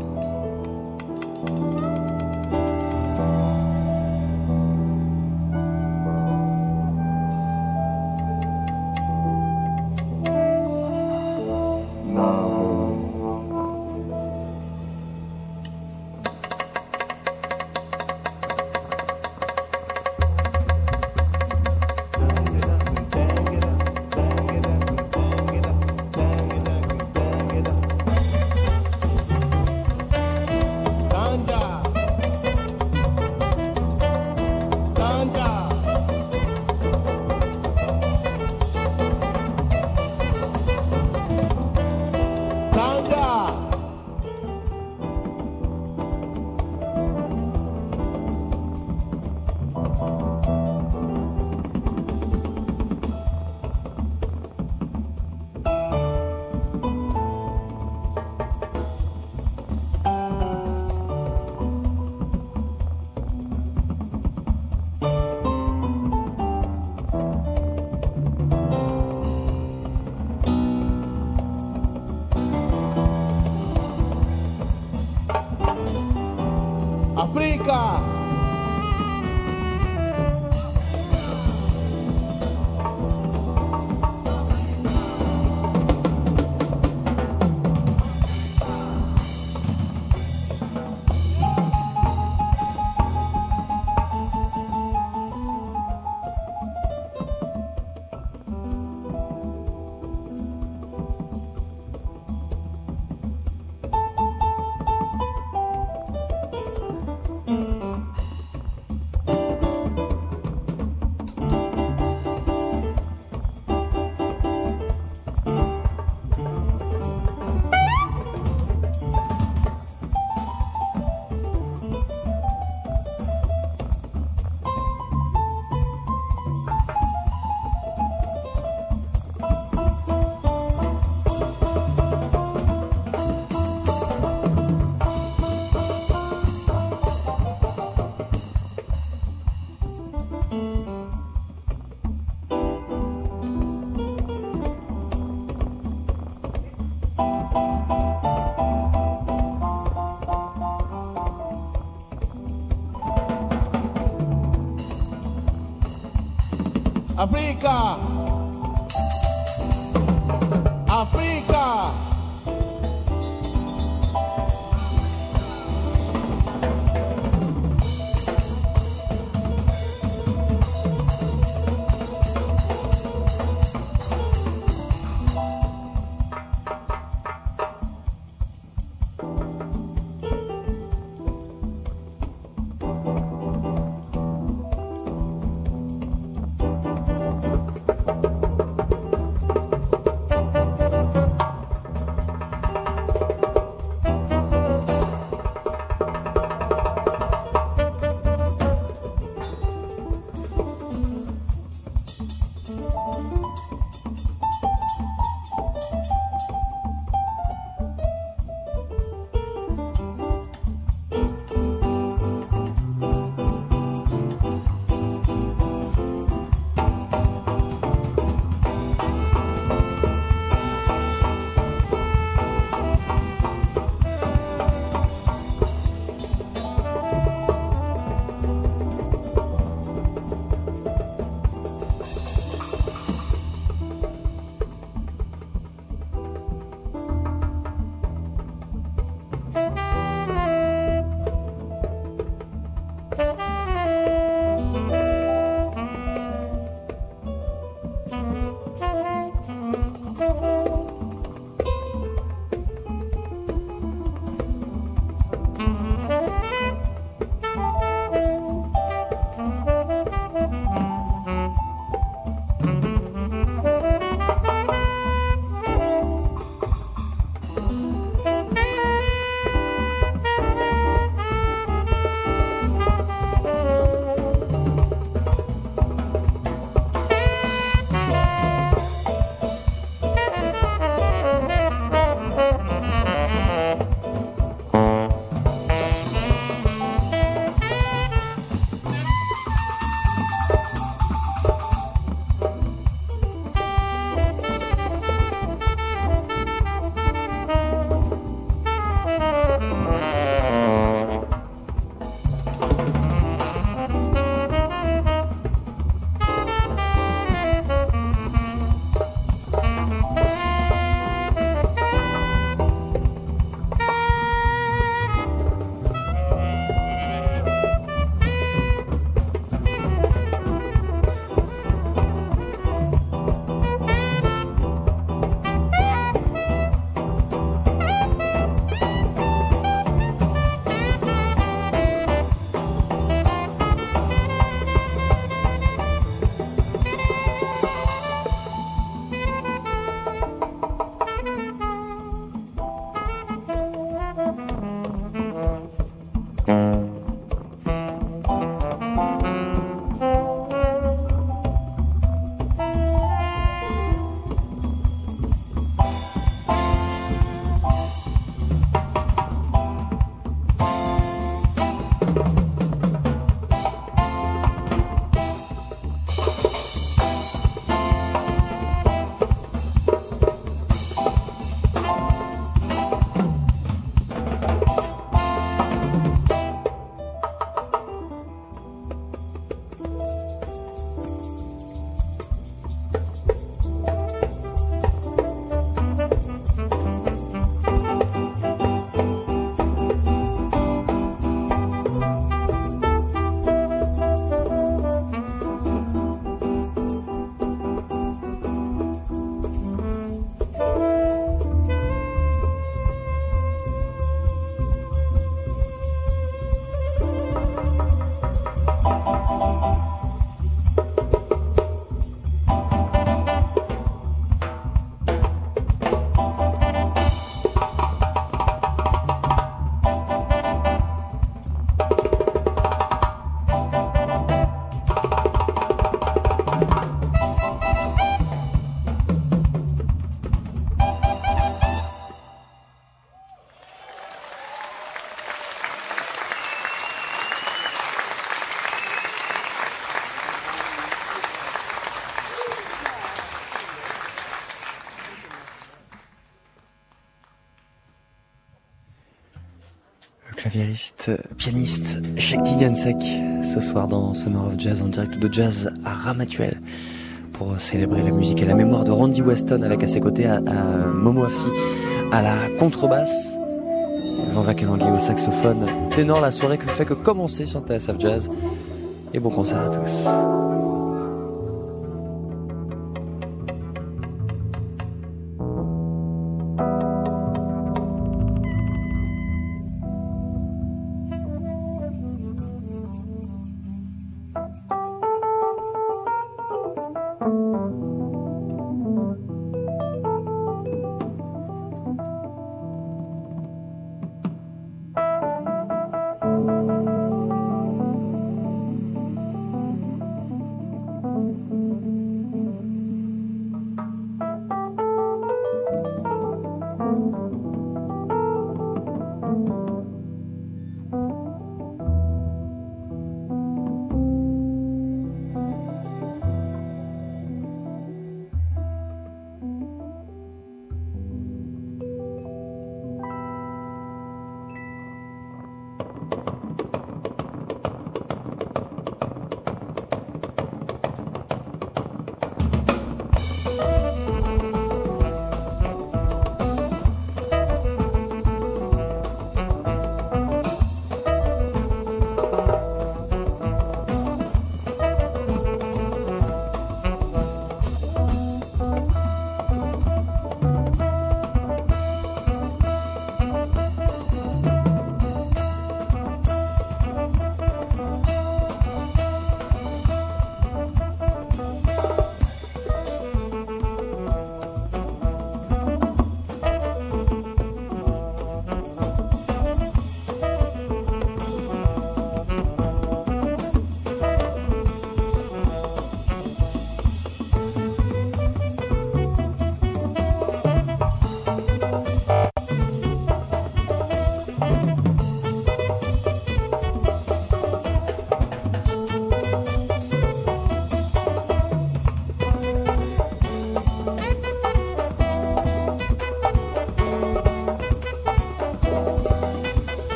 Africa. Africa. Africa. Claviériste, pianiste, Shakti Jansek, ce soir dans Summer of Jazz en direct de Jazz à Ramatuelle pour célébrer la musique et la mémoire de Randy Weston avec à ses côtés à, à Momo Afsi à la contrebasse, Jean-Jacques Elanguet au saxophone. Ténor, la soirée que fait que commencer sur T S F Jazz et bon concert à tous.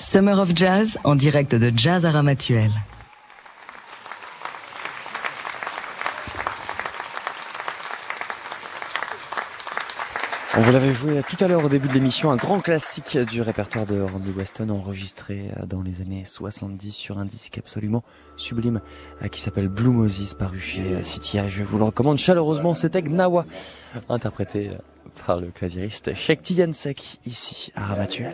Summer of Jazz en direct de Jazz à Ramatuelle. On vous l'avait joué tout à l'heure au début de l'émission, un grand classique du répertoire de Randy Weston enregistré dans les années soixante-dix sur un disque absolument sublime qui s'appelle Blue Moses, paru chez City. Je vous le recommande chaleureusement, c'était Gnawa, interprété par le claviériste Shakti Yansek ici à Ramatuelle.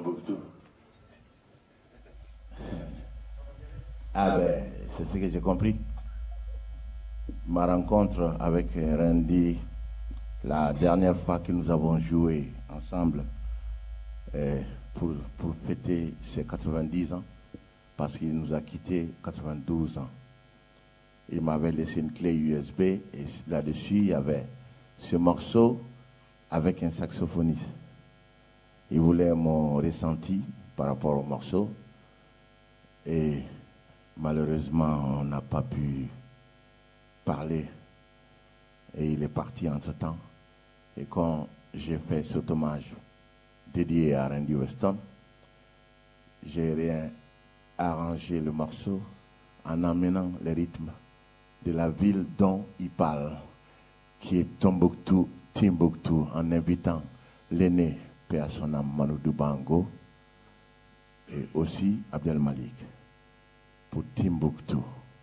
Ah ben, c'est ce que j'ai compris. Ma rencontre avec Randy, la dernière fois que nous avons joué ensemble euh, pour, pour fêter ses quatre-vingt-dix ans, parce qu'il nous a quittés quatre-vingt-douze ans. Il m'avait laissé une clé U S B et là-dessus, il y avait ce morceau avec un saxophoniste. Il voulait mon ressenti par rapport au morceau et malheureusement, on n'a pas pu parler et il est parti entre-temps. Et quand j'ai fait cet hommage dédié à Randy Weston, j'ai réarrangé le morceau en amenant le rythme de la ville dont il parle, qui est Tombouctou, Timbuktu, en invitant l'aîné, paix à son âme, Manoudou Bango, et aussi Abdel Malik, pour Timbuktu.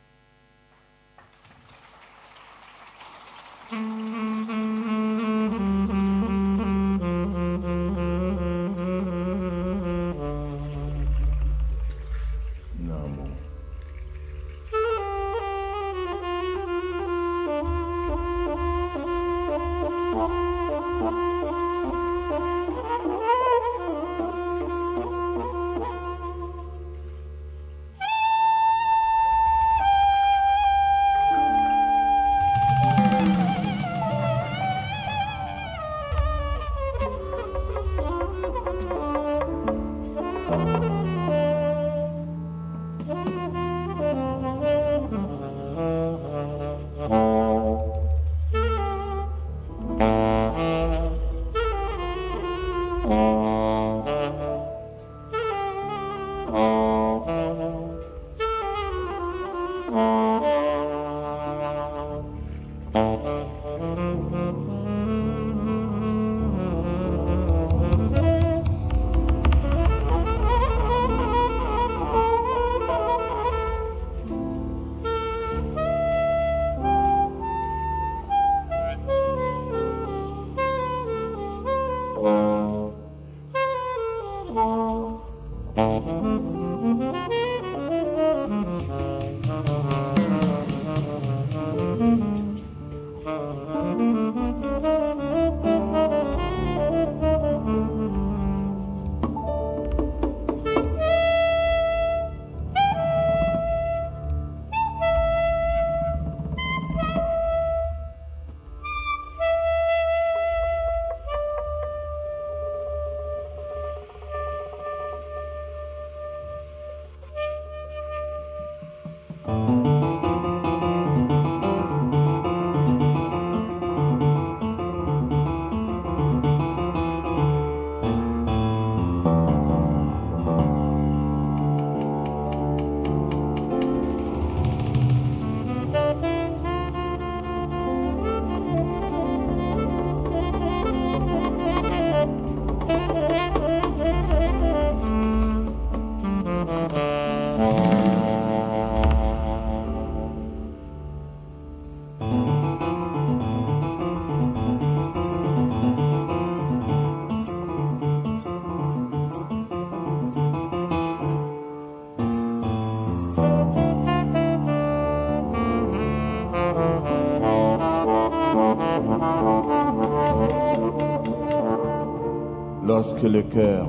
Lorsque le cœur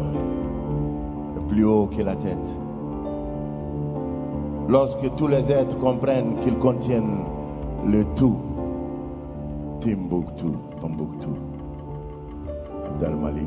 est plus haut que la tête, lorsque tous les êtres comprennent qu'ils contiennent le tout, Timbuktu, Tombouctou, Abdel Malik.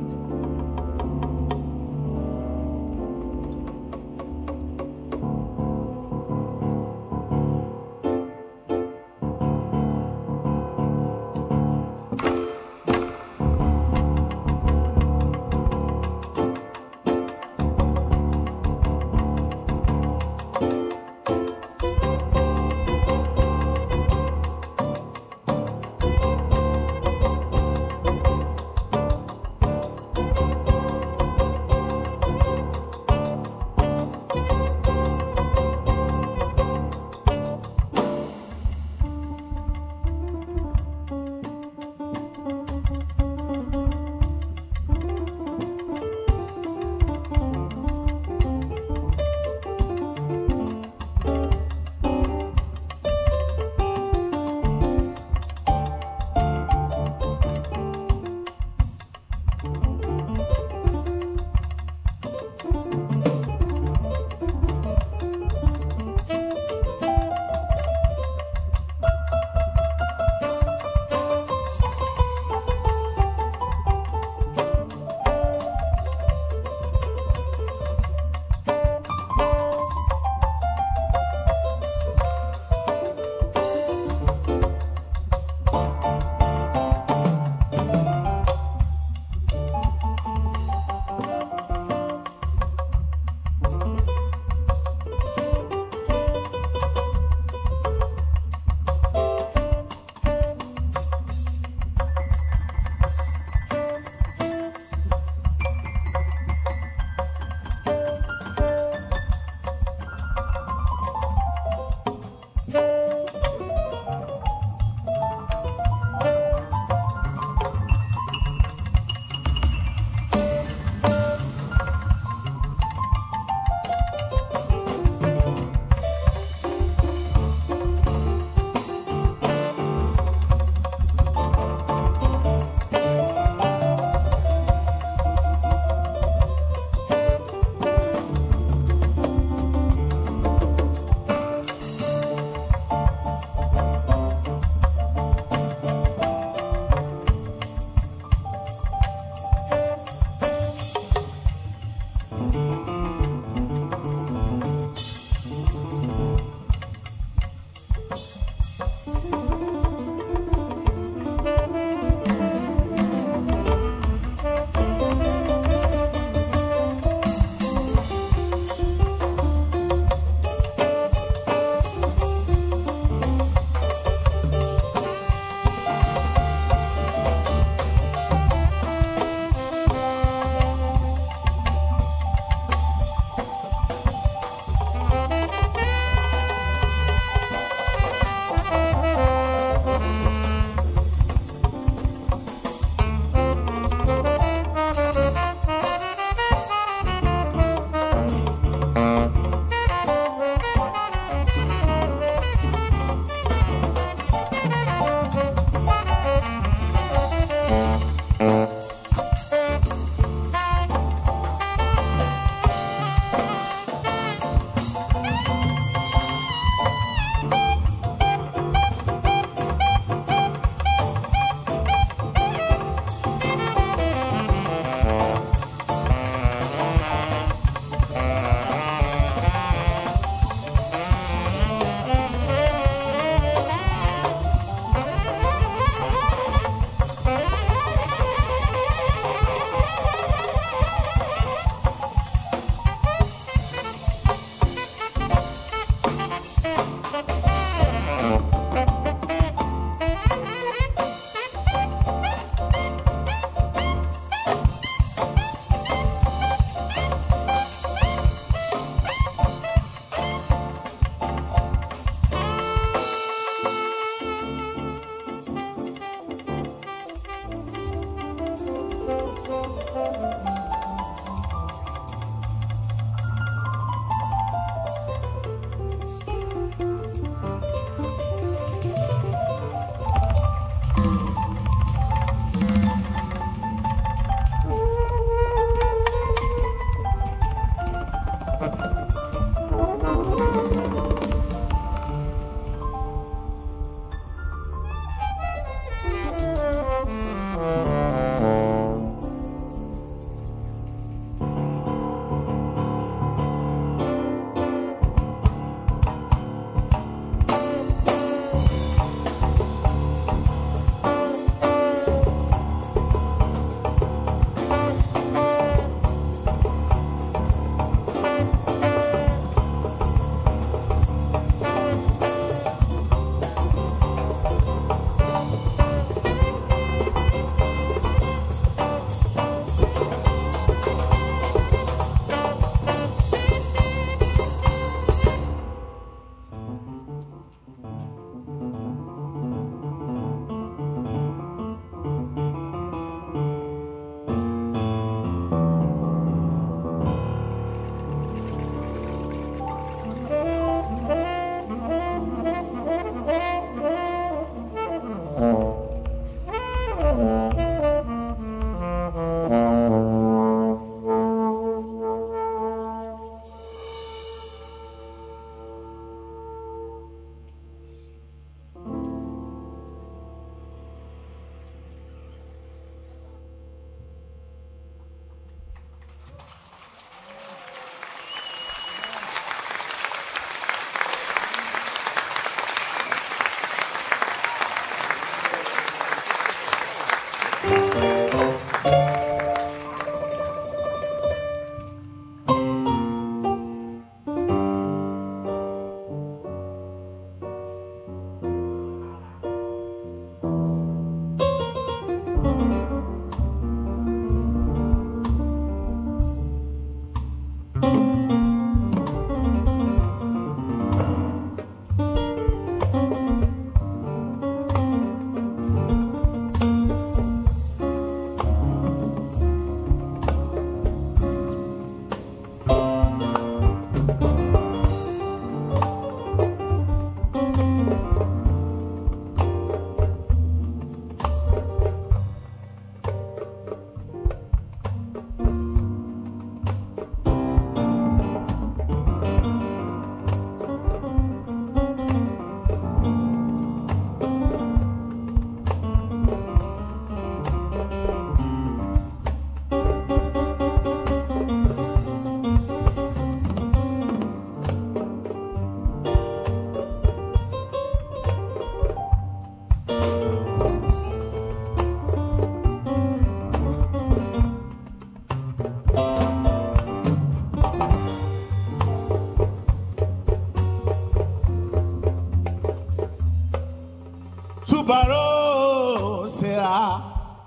Baro será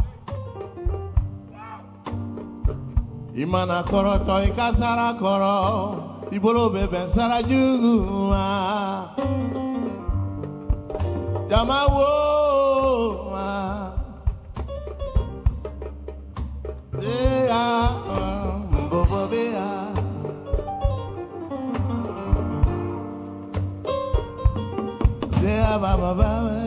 Imana koro to ikasara koro Ibolo bebe sara juguma Jama wo ma Dea Mbobo bea Dea baba baba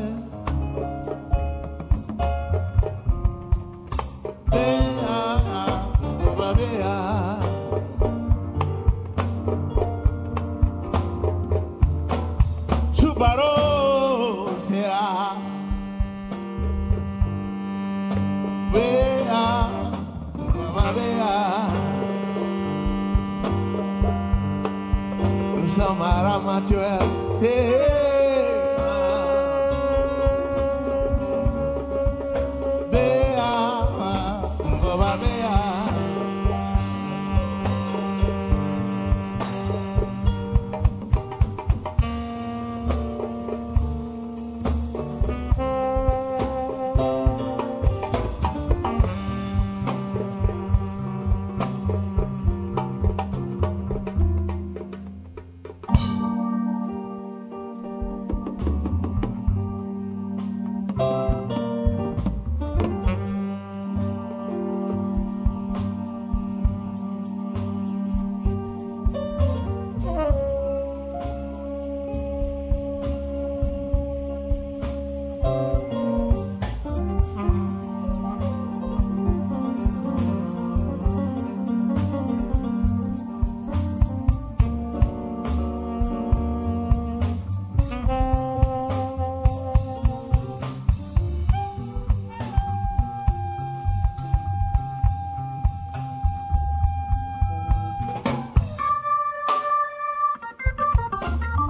Baro será Bea Mama Bea Samara Machuel Bea Mama Bea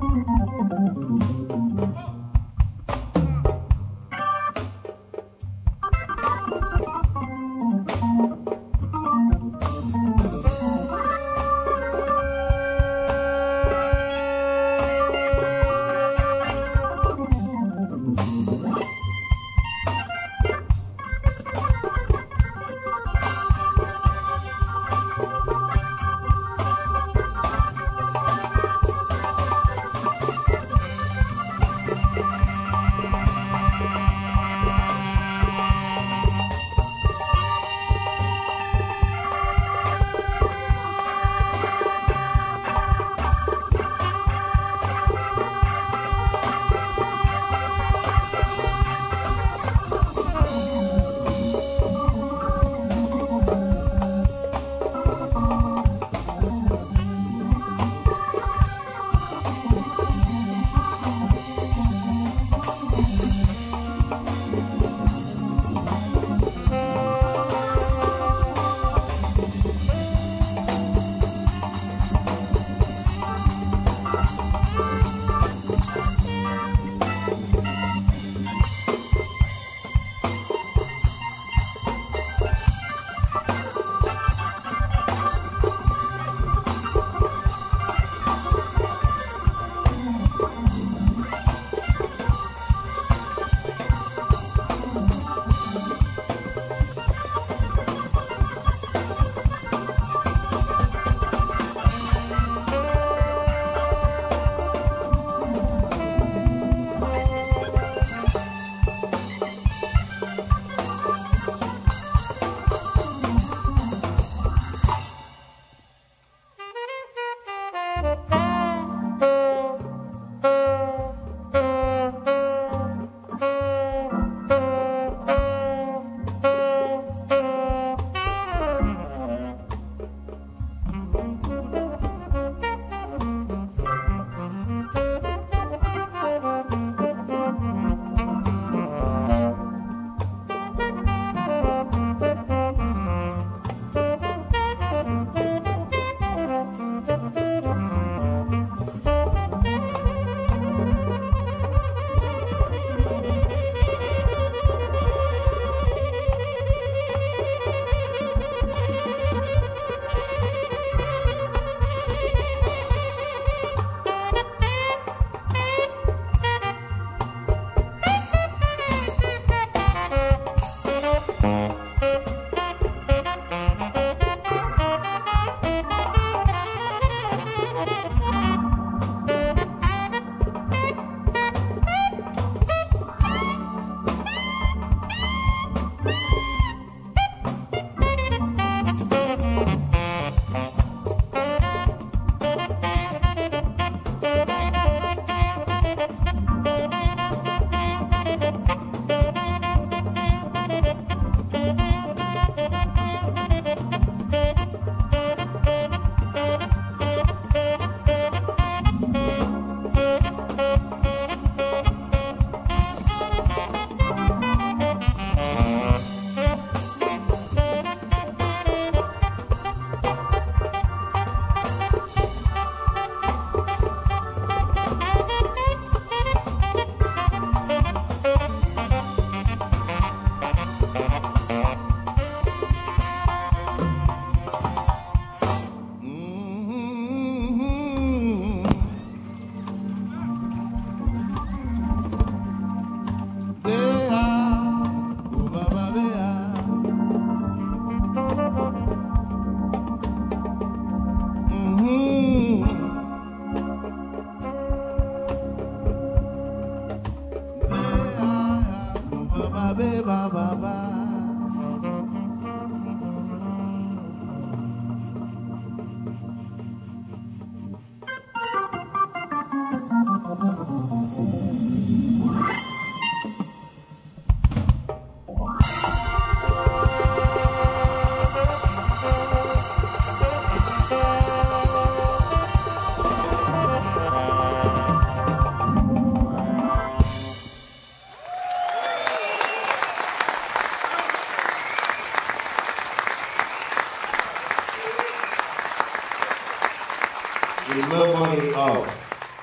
The memory of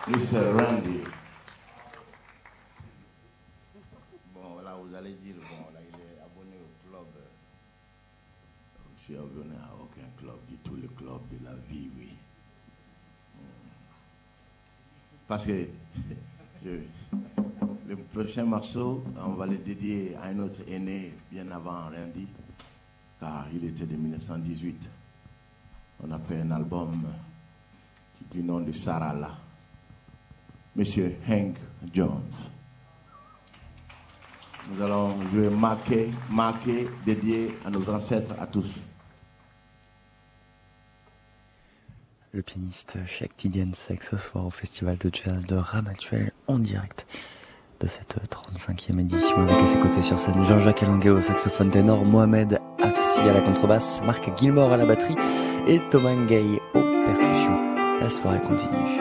mister Randy. Bon, là, vous allez dire, bon, là, il est abonné au club. Je suis abonné à aucun club, du tout le club de la vie, oui. Parce que je, le prochain morceau, on va le dédier à un autre aîné bien avant Randy, car il était de mille neuf cent dix-huit. On a fait un album du nom de Sarala. Monsieur Hank Jones. Nous allons jouer marqué, marqué, dédié à nos ancêtres, à tous. Le pianiste Cheikh Tidiane Seck ce soir au Festival de Jazz de Ramatuelle en direct de cette trente-cinquième édition, avec à ses côtés sur scène Jean-Jacques Elanguet au saxophone ténor, Mohamed Afsi à la contrebasse, Marc Gilmore à la batterie et Thomas Ngaï aux percussions. La soirée continue.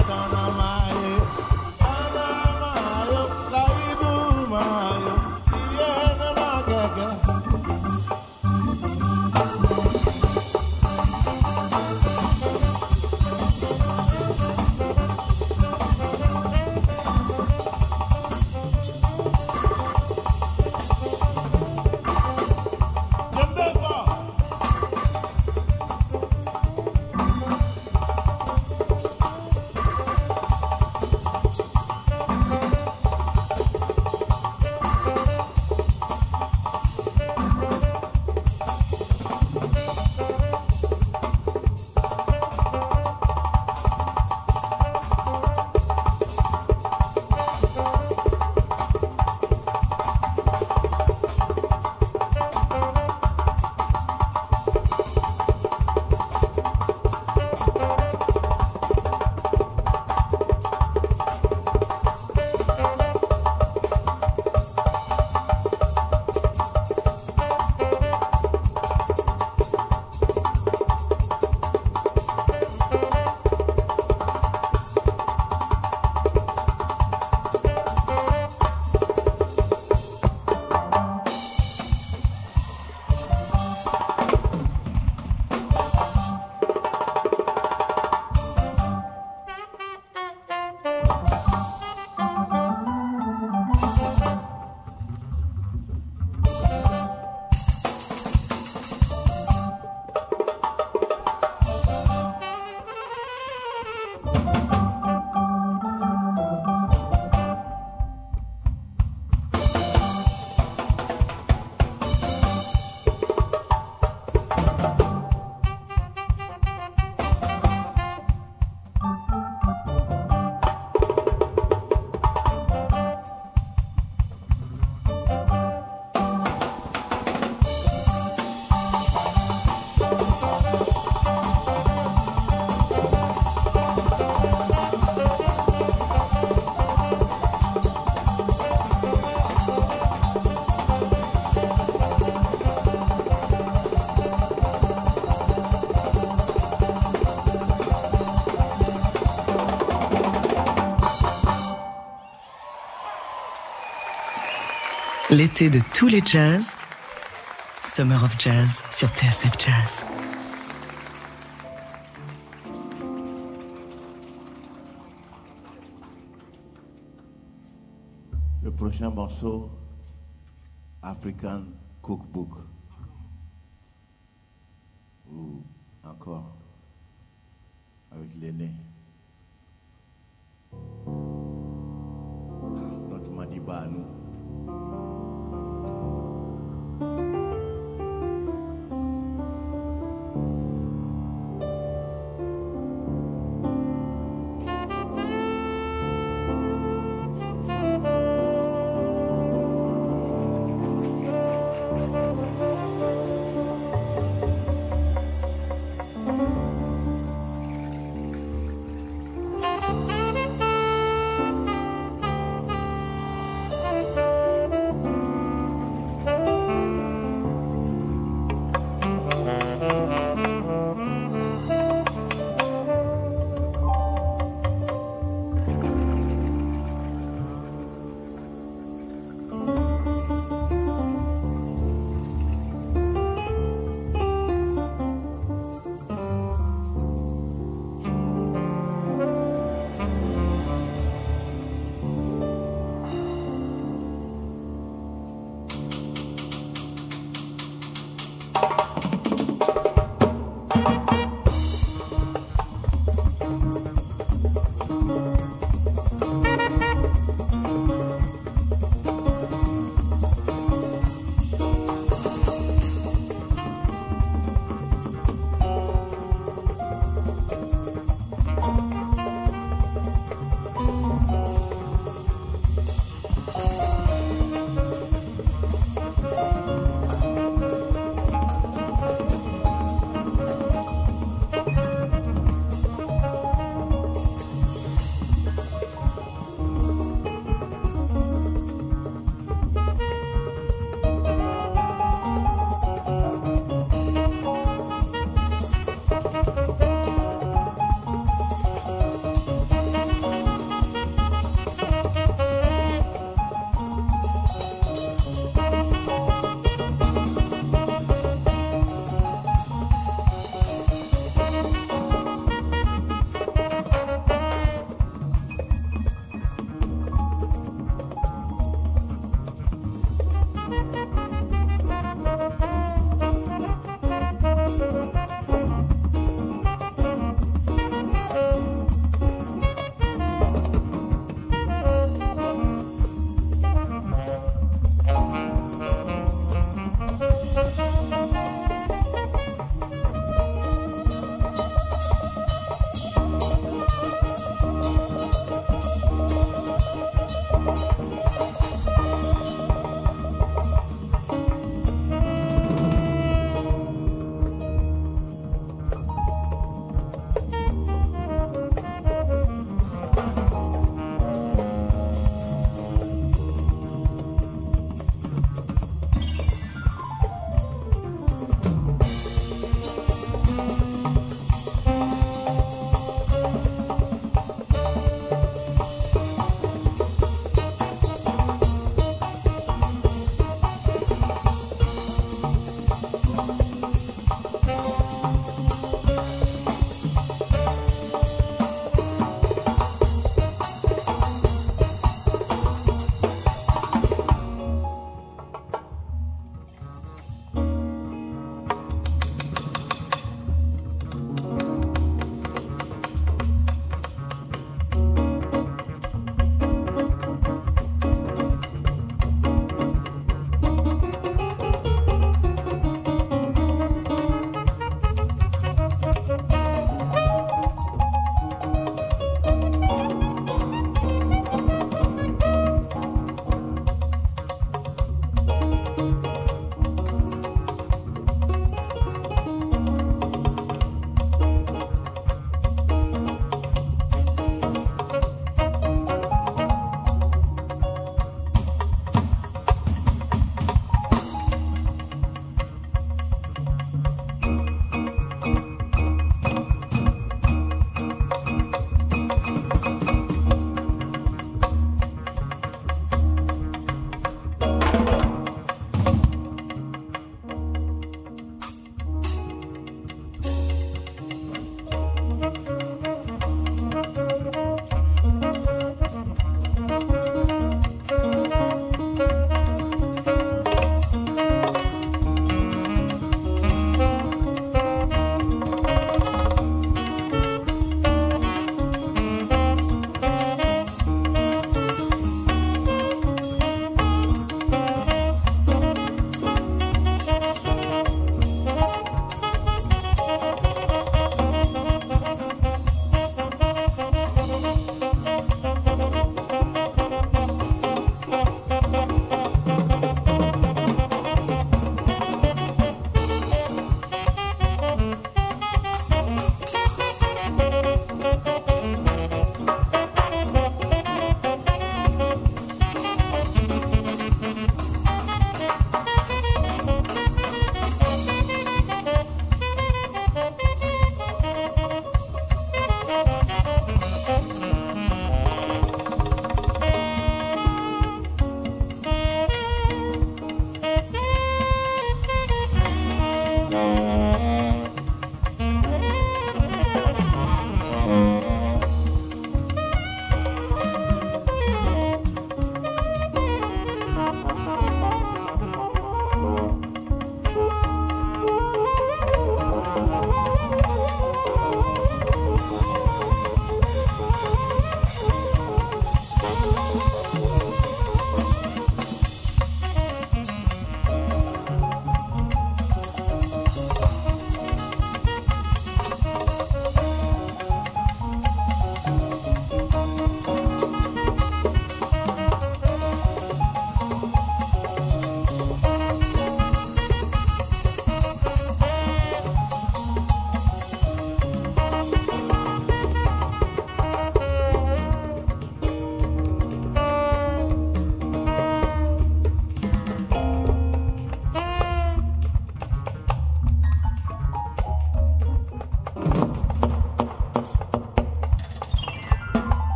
L'été de tous les jazz, Summer of Jazz sur T S F Jazz. Le prochain morceau, African Cookbook. Ou encore avec l'aîné. Notre Madiba à nous. Thank you.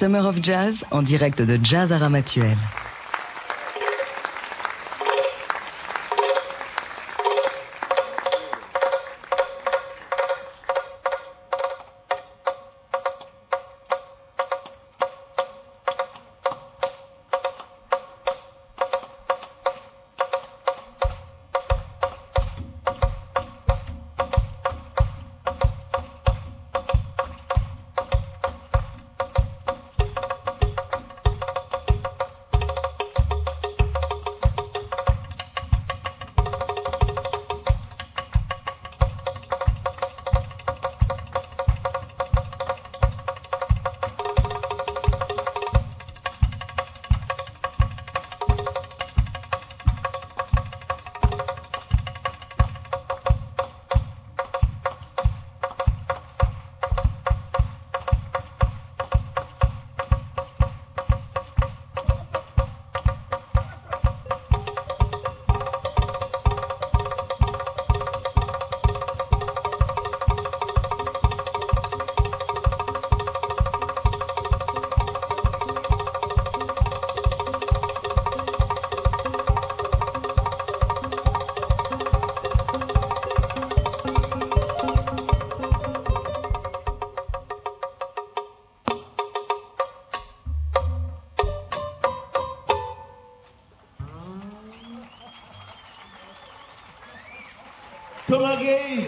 Summer of Jazz en direct de Jazz à Ramatuelle. Thomas Gay.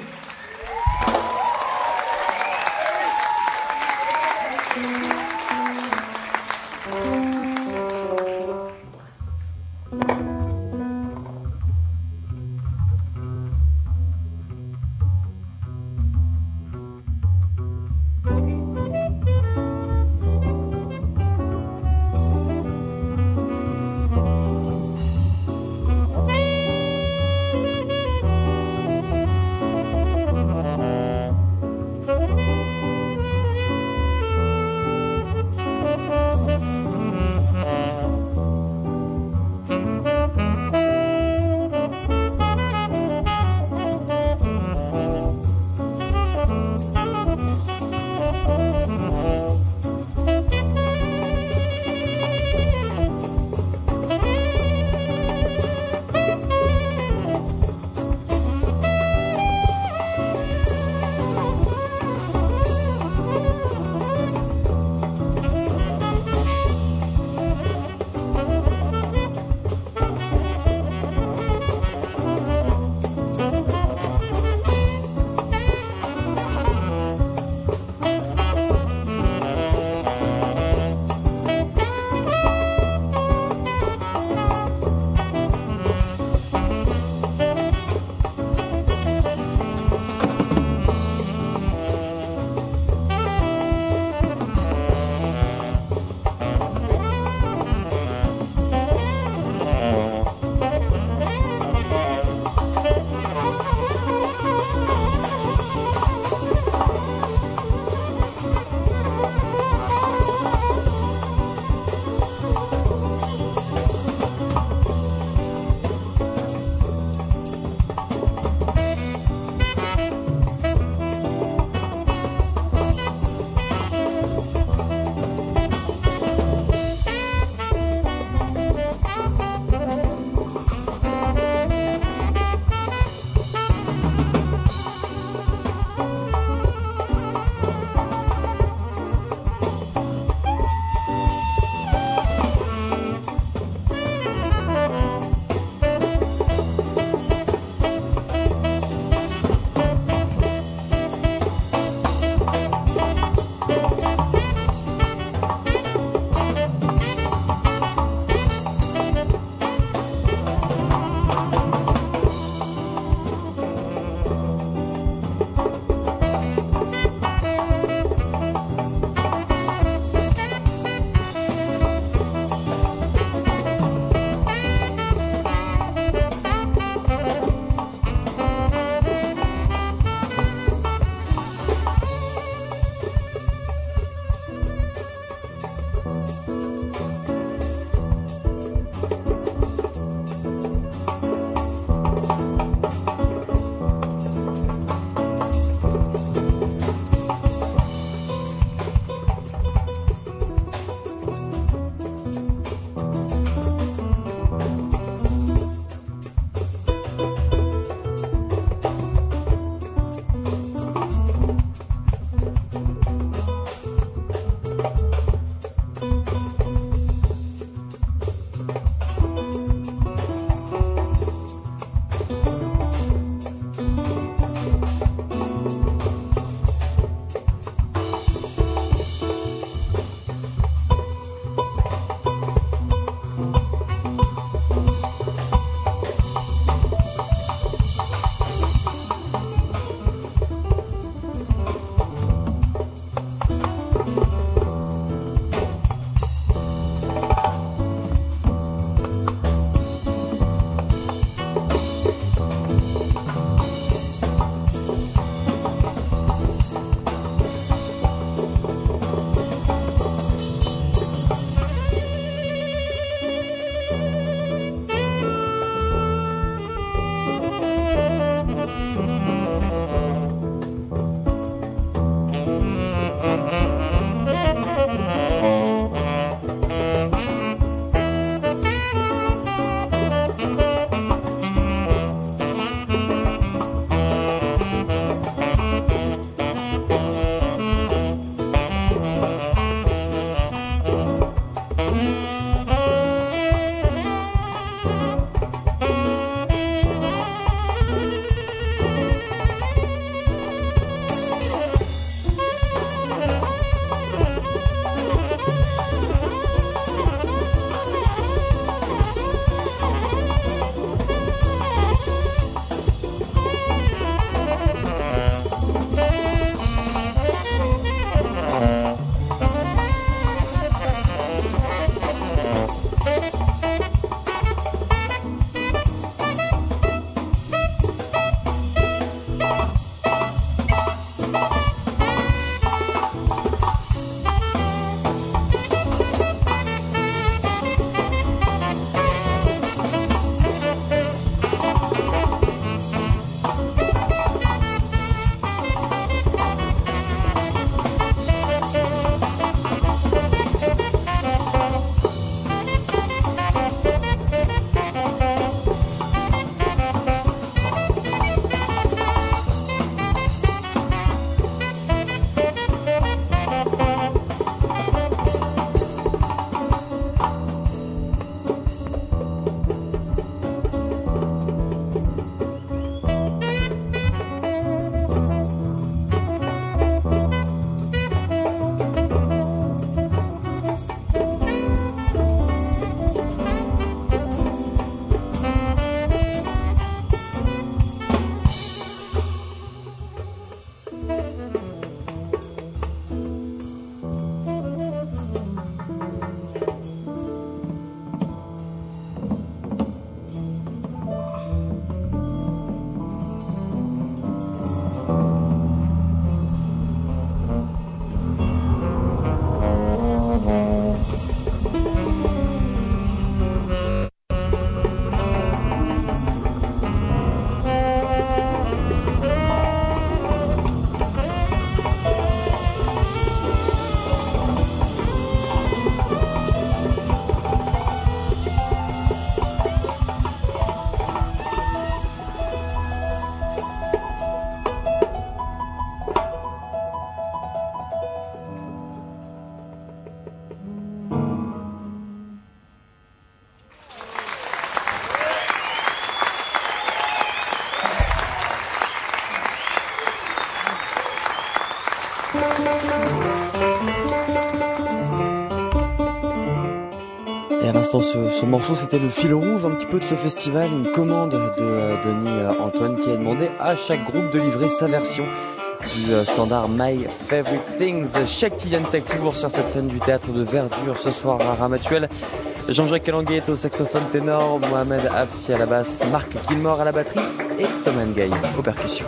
Et à l'instant, ce, ce morceau, c'était le fil rouge un petit peu de ce festival, une commande de euh, Denis euh, Antoine qui a demandé à chaque groupe de livrer sa version du euh, standard My Favorite Things. Cheikh Tidiane toujours sur cette scène du théâtre de Verdure ce soir à Ramatuelle. Jean-Jacques Calanguet est au saxophone ténor, Mohamed Hafsi à la basse, Marc Gilmore à la batterie et Thomas Ngaï aux percussions.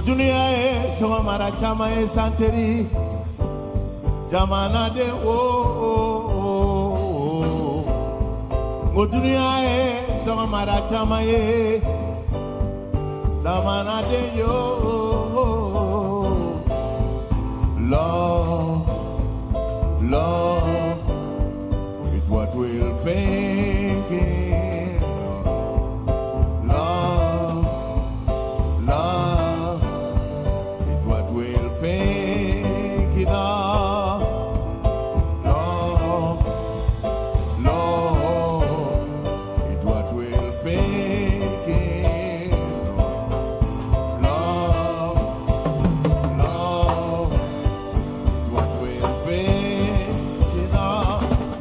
dunia e so mara chama e santeri jamana de o o dunia e so mara chama e jamana de yo love love is what will make it love love is what will make it up love love is what will make it love love what will make it up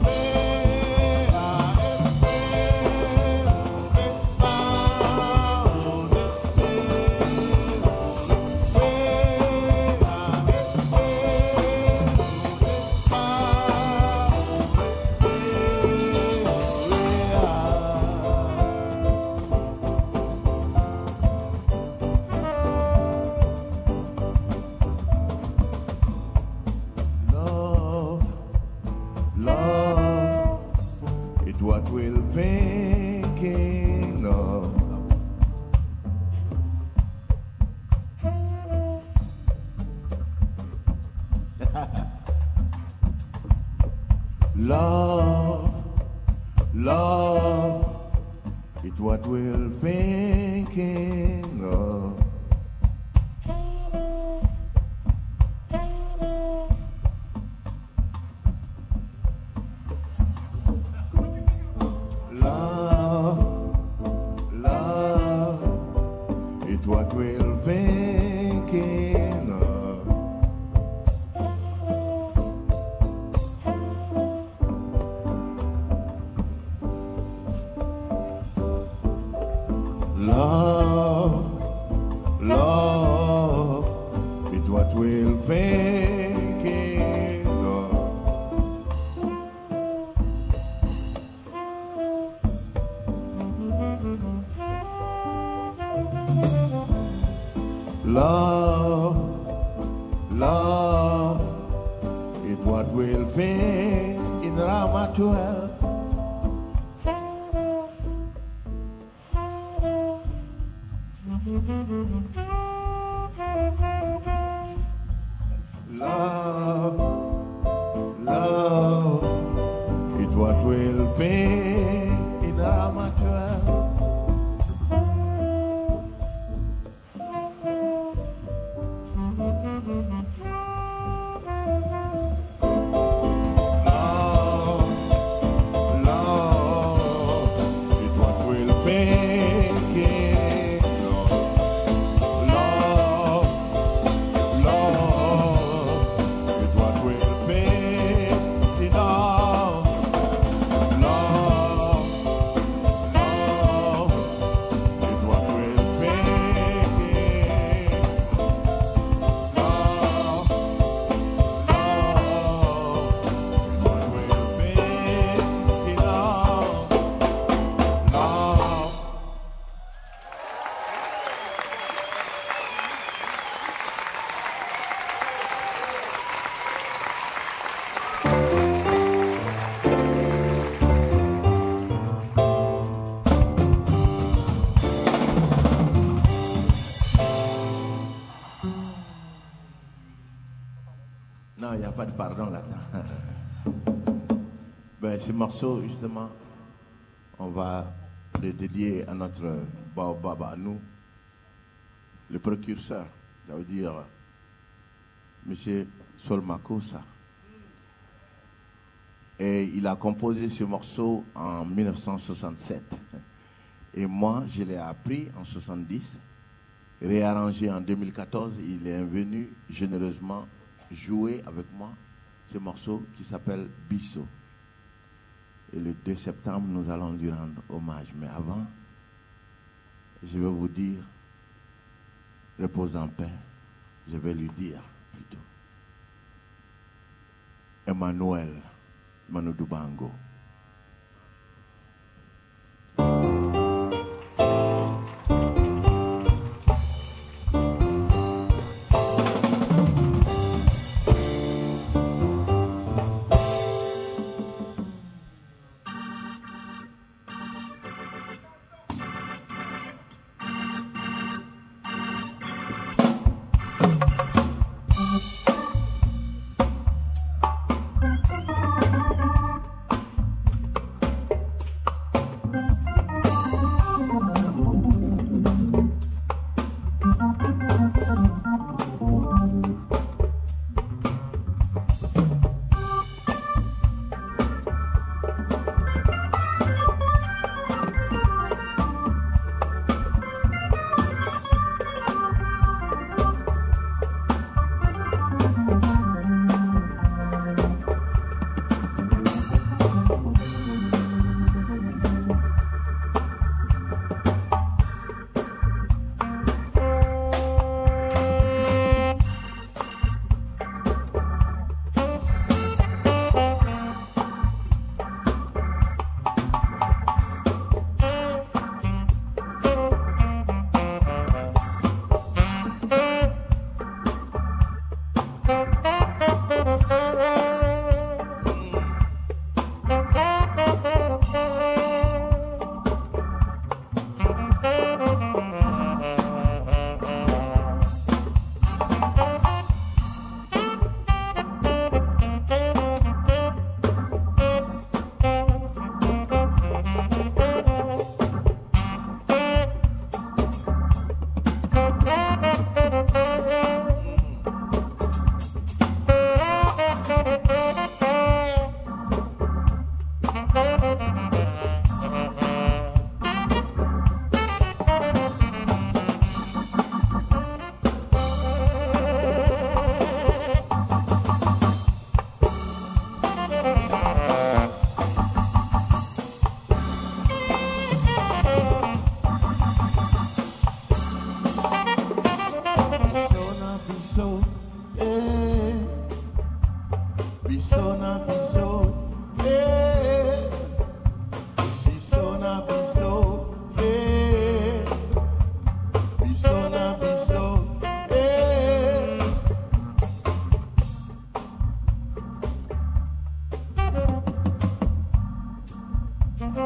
love, love, it's what will make it love. Love, love, it's what will make it love. Love, love, it's what will make it love. Love, love, it's what will make it love. Love, love, it's what will pay in Rama twelve. Love, love, it's what will pay in Rama twelve. Love, love, it's what will make it love. Love, love, it's what will make it love. Love, love, it's what will make it love. Non, il n'y a pas de pardon là-dedans. Ben, ce morceau, justement, on va le dédier à notre baobab, à nous, le précurseur, ça veut dire M. Sol Makossa. Et il a composé ce morceau en mille neuf cent soixante-sept. Et moi, je l'ai appris en soixante-dix, réarrangé en deux mille quatorze. Il est venu généreusement jouer avec moi ce morceau qui s'appelle Bisso. Et le deux septembre, nous allons lui rendre hommage. Mais avant, je vais vous dire, repose en paix. Je vais lui dire plutôt. Emmanuel Manoudou Bango.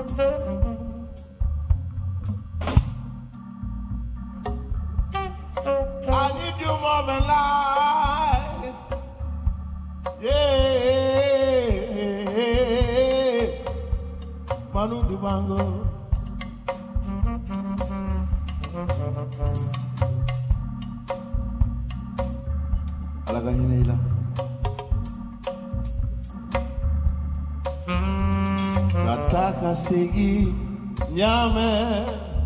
I need you more than life. Yeah. Manu Dibango. Alaga Hineila. Kataka segi nyame.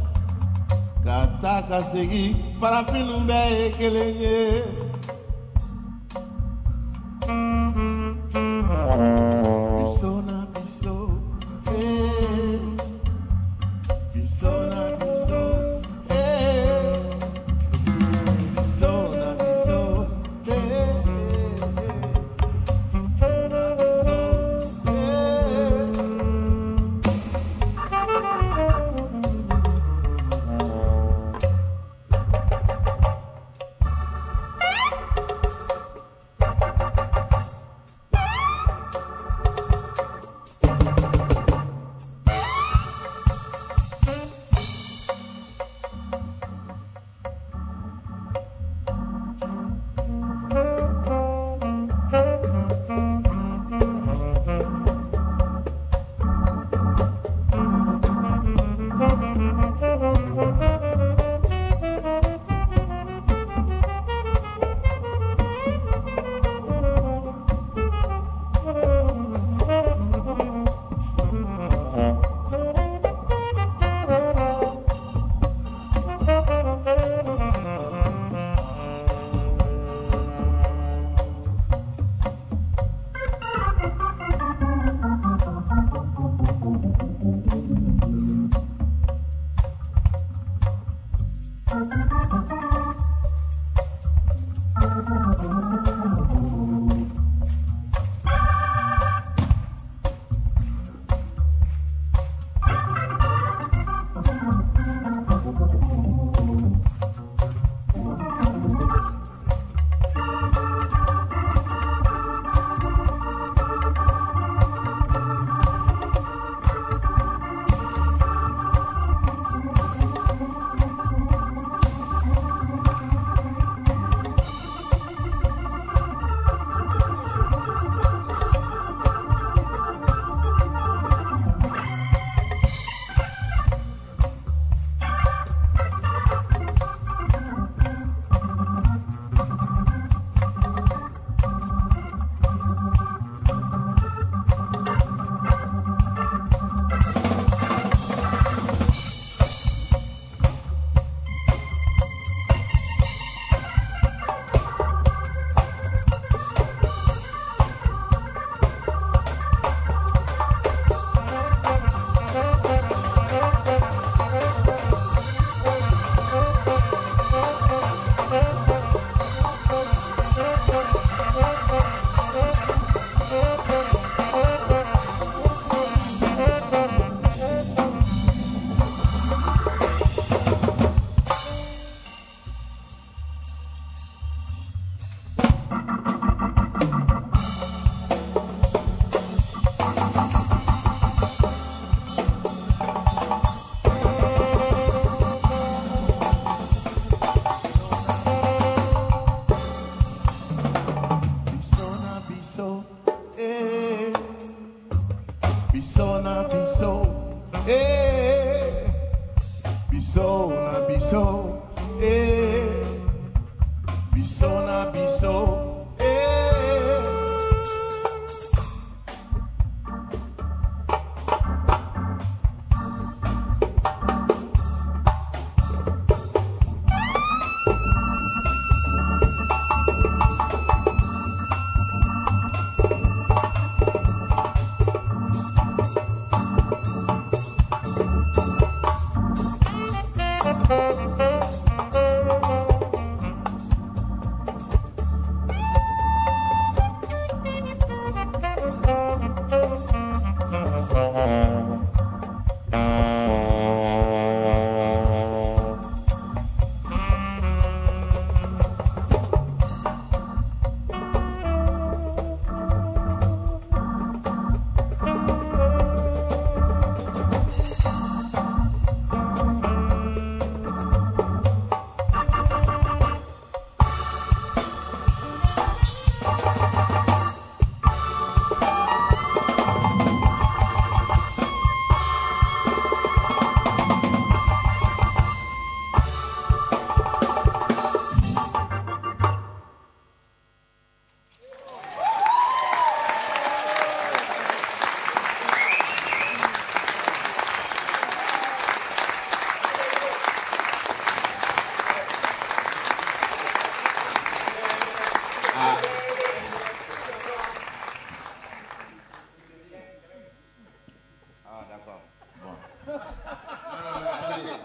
Kataka segi parapinumbe ekelenye. Bisona biso, eh. Bisona biso, eh. Bisona biso, eh. Bisona biso, eh.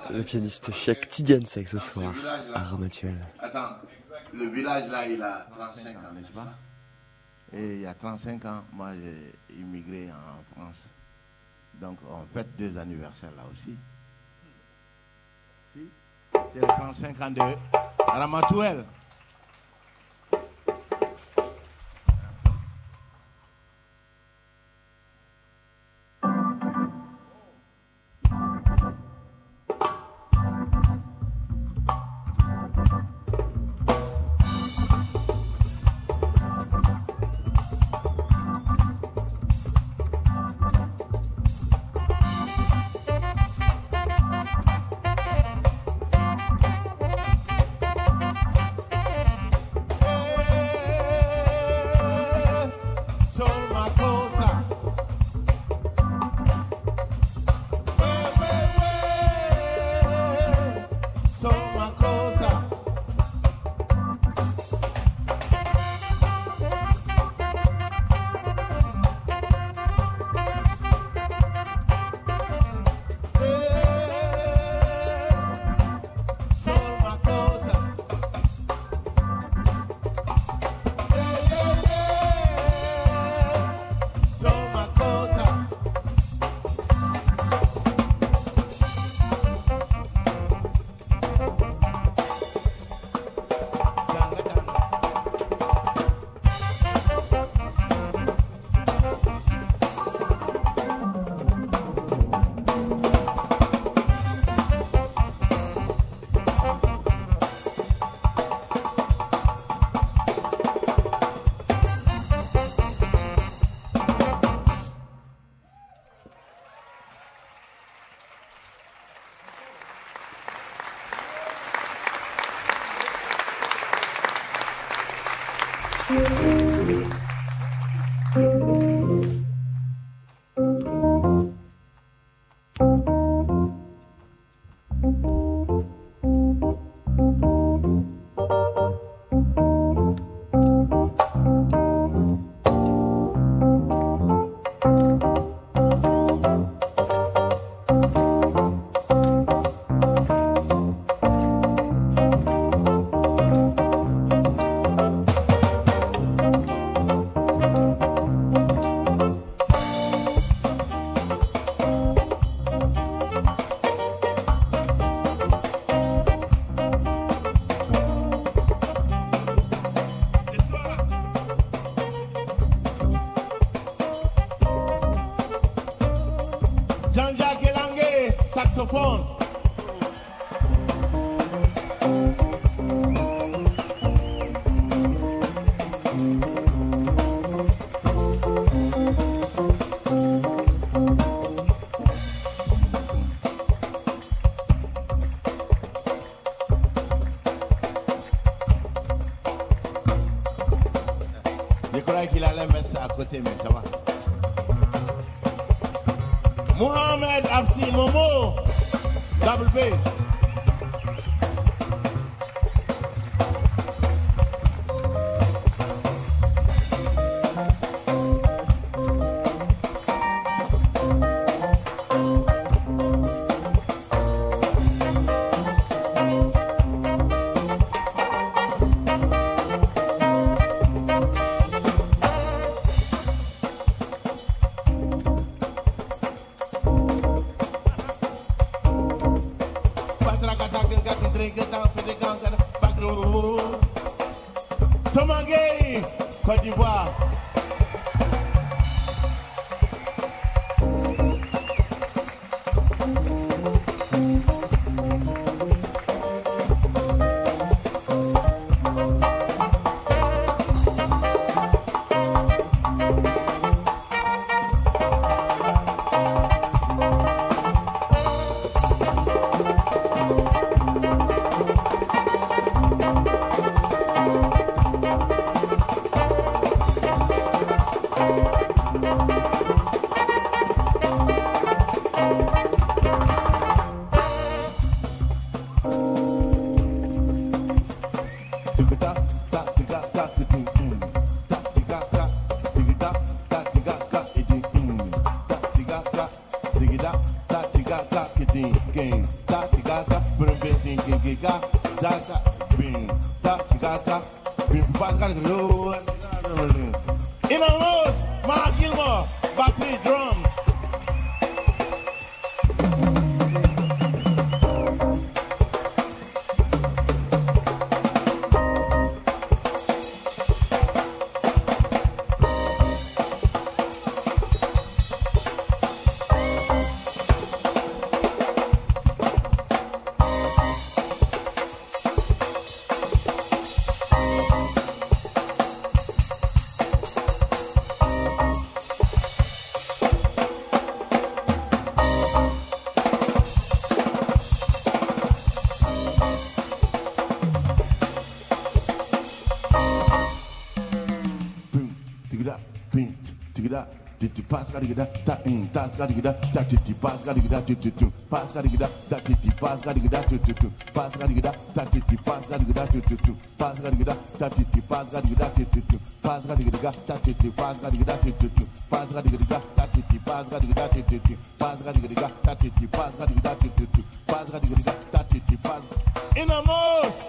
Le pianiste Cheikh Tidiane Seck ce soir à Ramatuelle. Attends, le village là, il a trente-cinq ans, n'est-ce pas? Et il y a trente-cinq ans, moi j'ai immigré en France. Donc on fête deux anniversaires là aussi. C'est les trente-cinq ans de Ramatuelle. Saxophone. Je croyais qu'il allait mettre ça à côté, mais ça va. Mohamed Afsi Momo, double bass. Tomangay, Côte d'Ivoire. drum. Pass got to get that, that in, that's got to get that, that titty, pass got to get that, titty, pass got to get that, that titty, pass got to get that, titty, pass got to get that, that titty, pass got to get that, titty, pass got to get that, that titty, pass got to get that, titty, pass got to get that, that titty, pass got to get that, titty, pass got to get that, that titty, pass got to get that, titty, pass got to get that, that titty, pass got to get that, titty, pass got to get that, that titty, pass. In a mouth.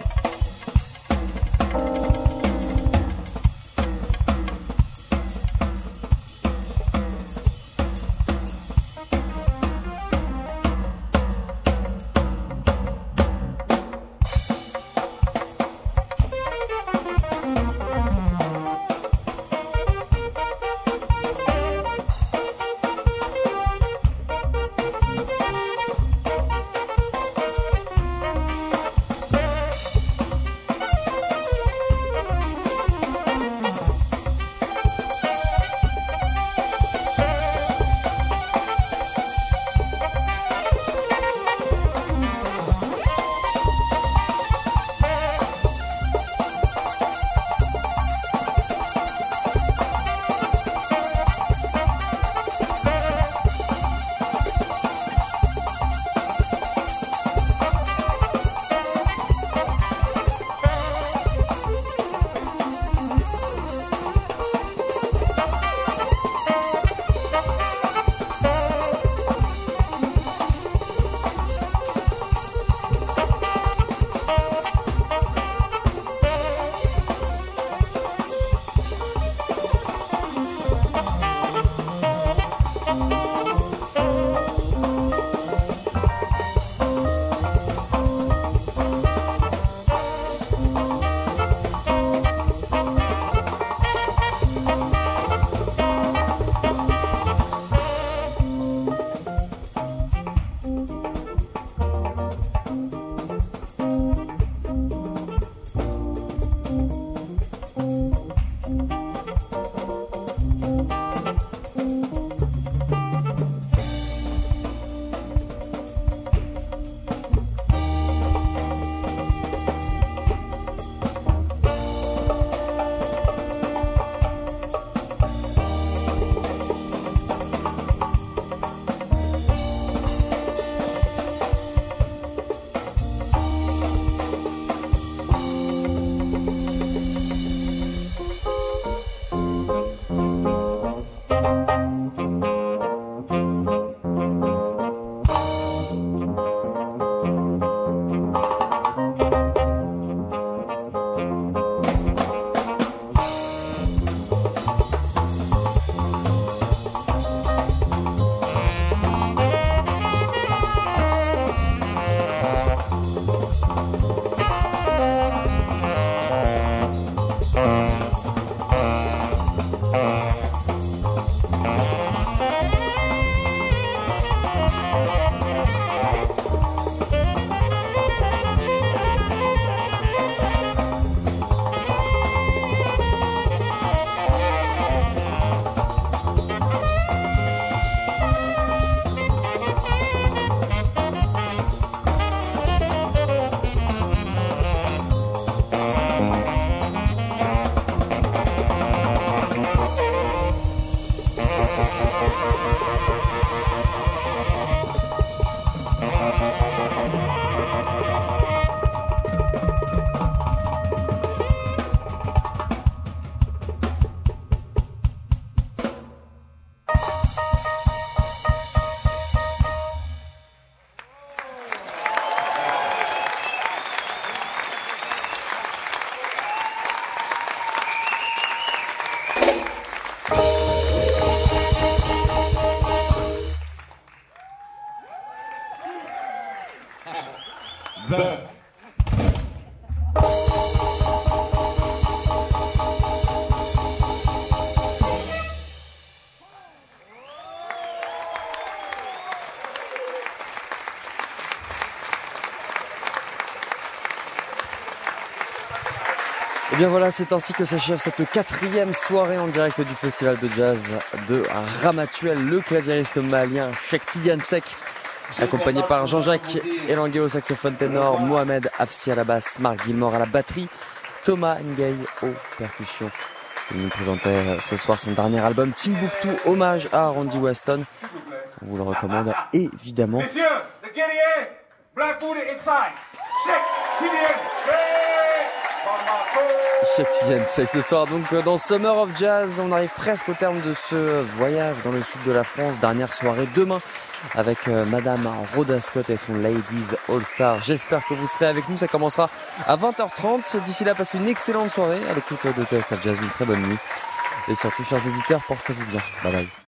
vingt. Et bien voilà, c'est ainsi que s'achève cette quatrième soirée en direct du festival de jazz de Ramatuelle. Le claviériste malien Cheikh Tidiane Seck, accompagné par Jean-Jacques Elangué au saxophone ténor, Mohamed Afsi à la basse, Marc Gilmore à la batterie, Thomas Ngaye aux percussions. Il nous présentait ce soir son dernier album Timbuktu, hommage à Randy Weston. On vous le recommande évidemment. Messieurs, the Guerrier, Black Booty Inside, Cheikh Tidiane Seck. Cheikh Tidiane Seck ce soir donc dans Summer of Jazz. On arrive presque au terme de ce voyage dans le sud de la France. Dernière soirée demain avec Madame Rhoda Scott et son Ladies All Star. J'espère que vous serez avec nous. Ça commencera à vingt heures trente. D'ici là, passez une excellente soirée à l'écoute de T S F Jazz. Une très bonne nuit. Et surtout, chers auditeurs, portez-vous bien. Bye bye.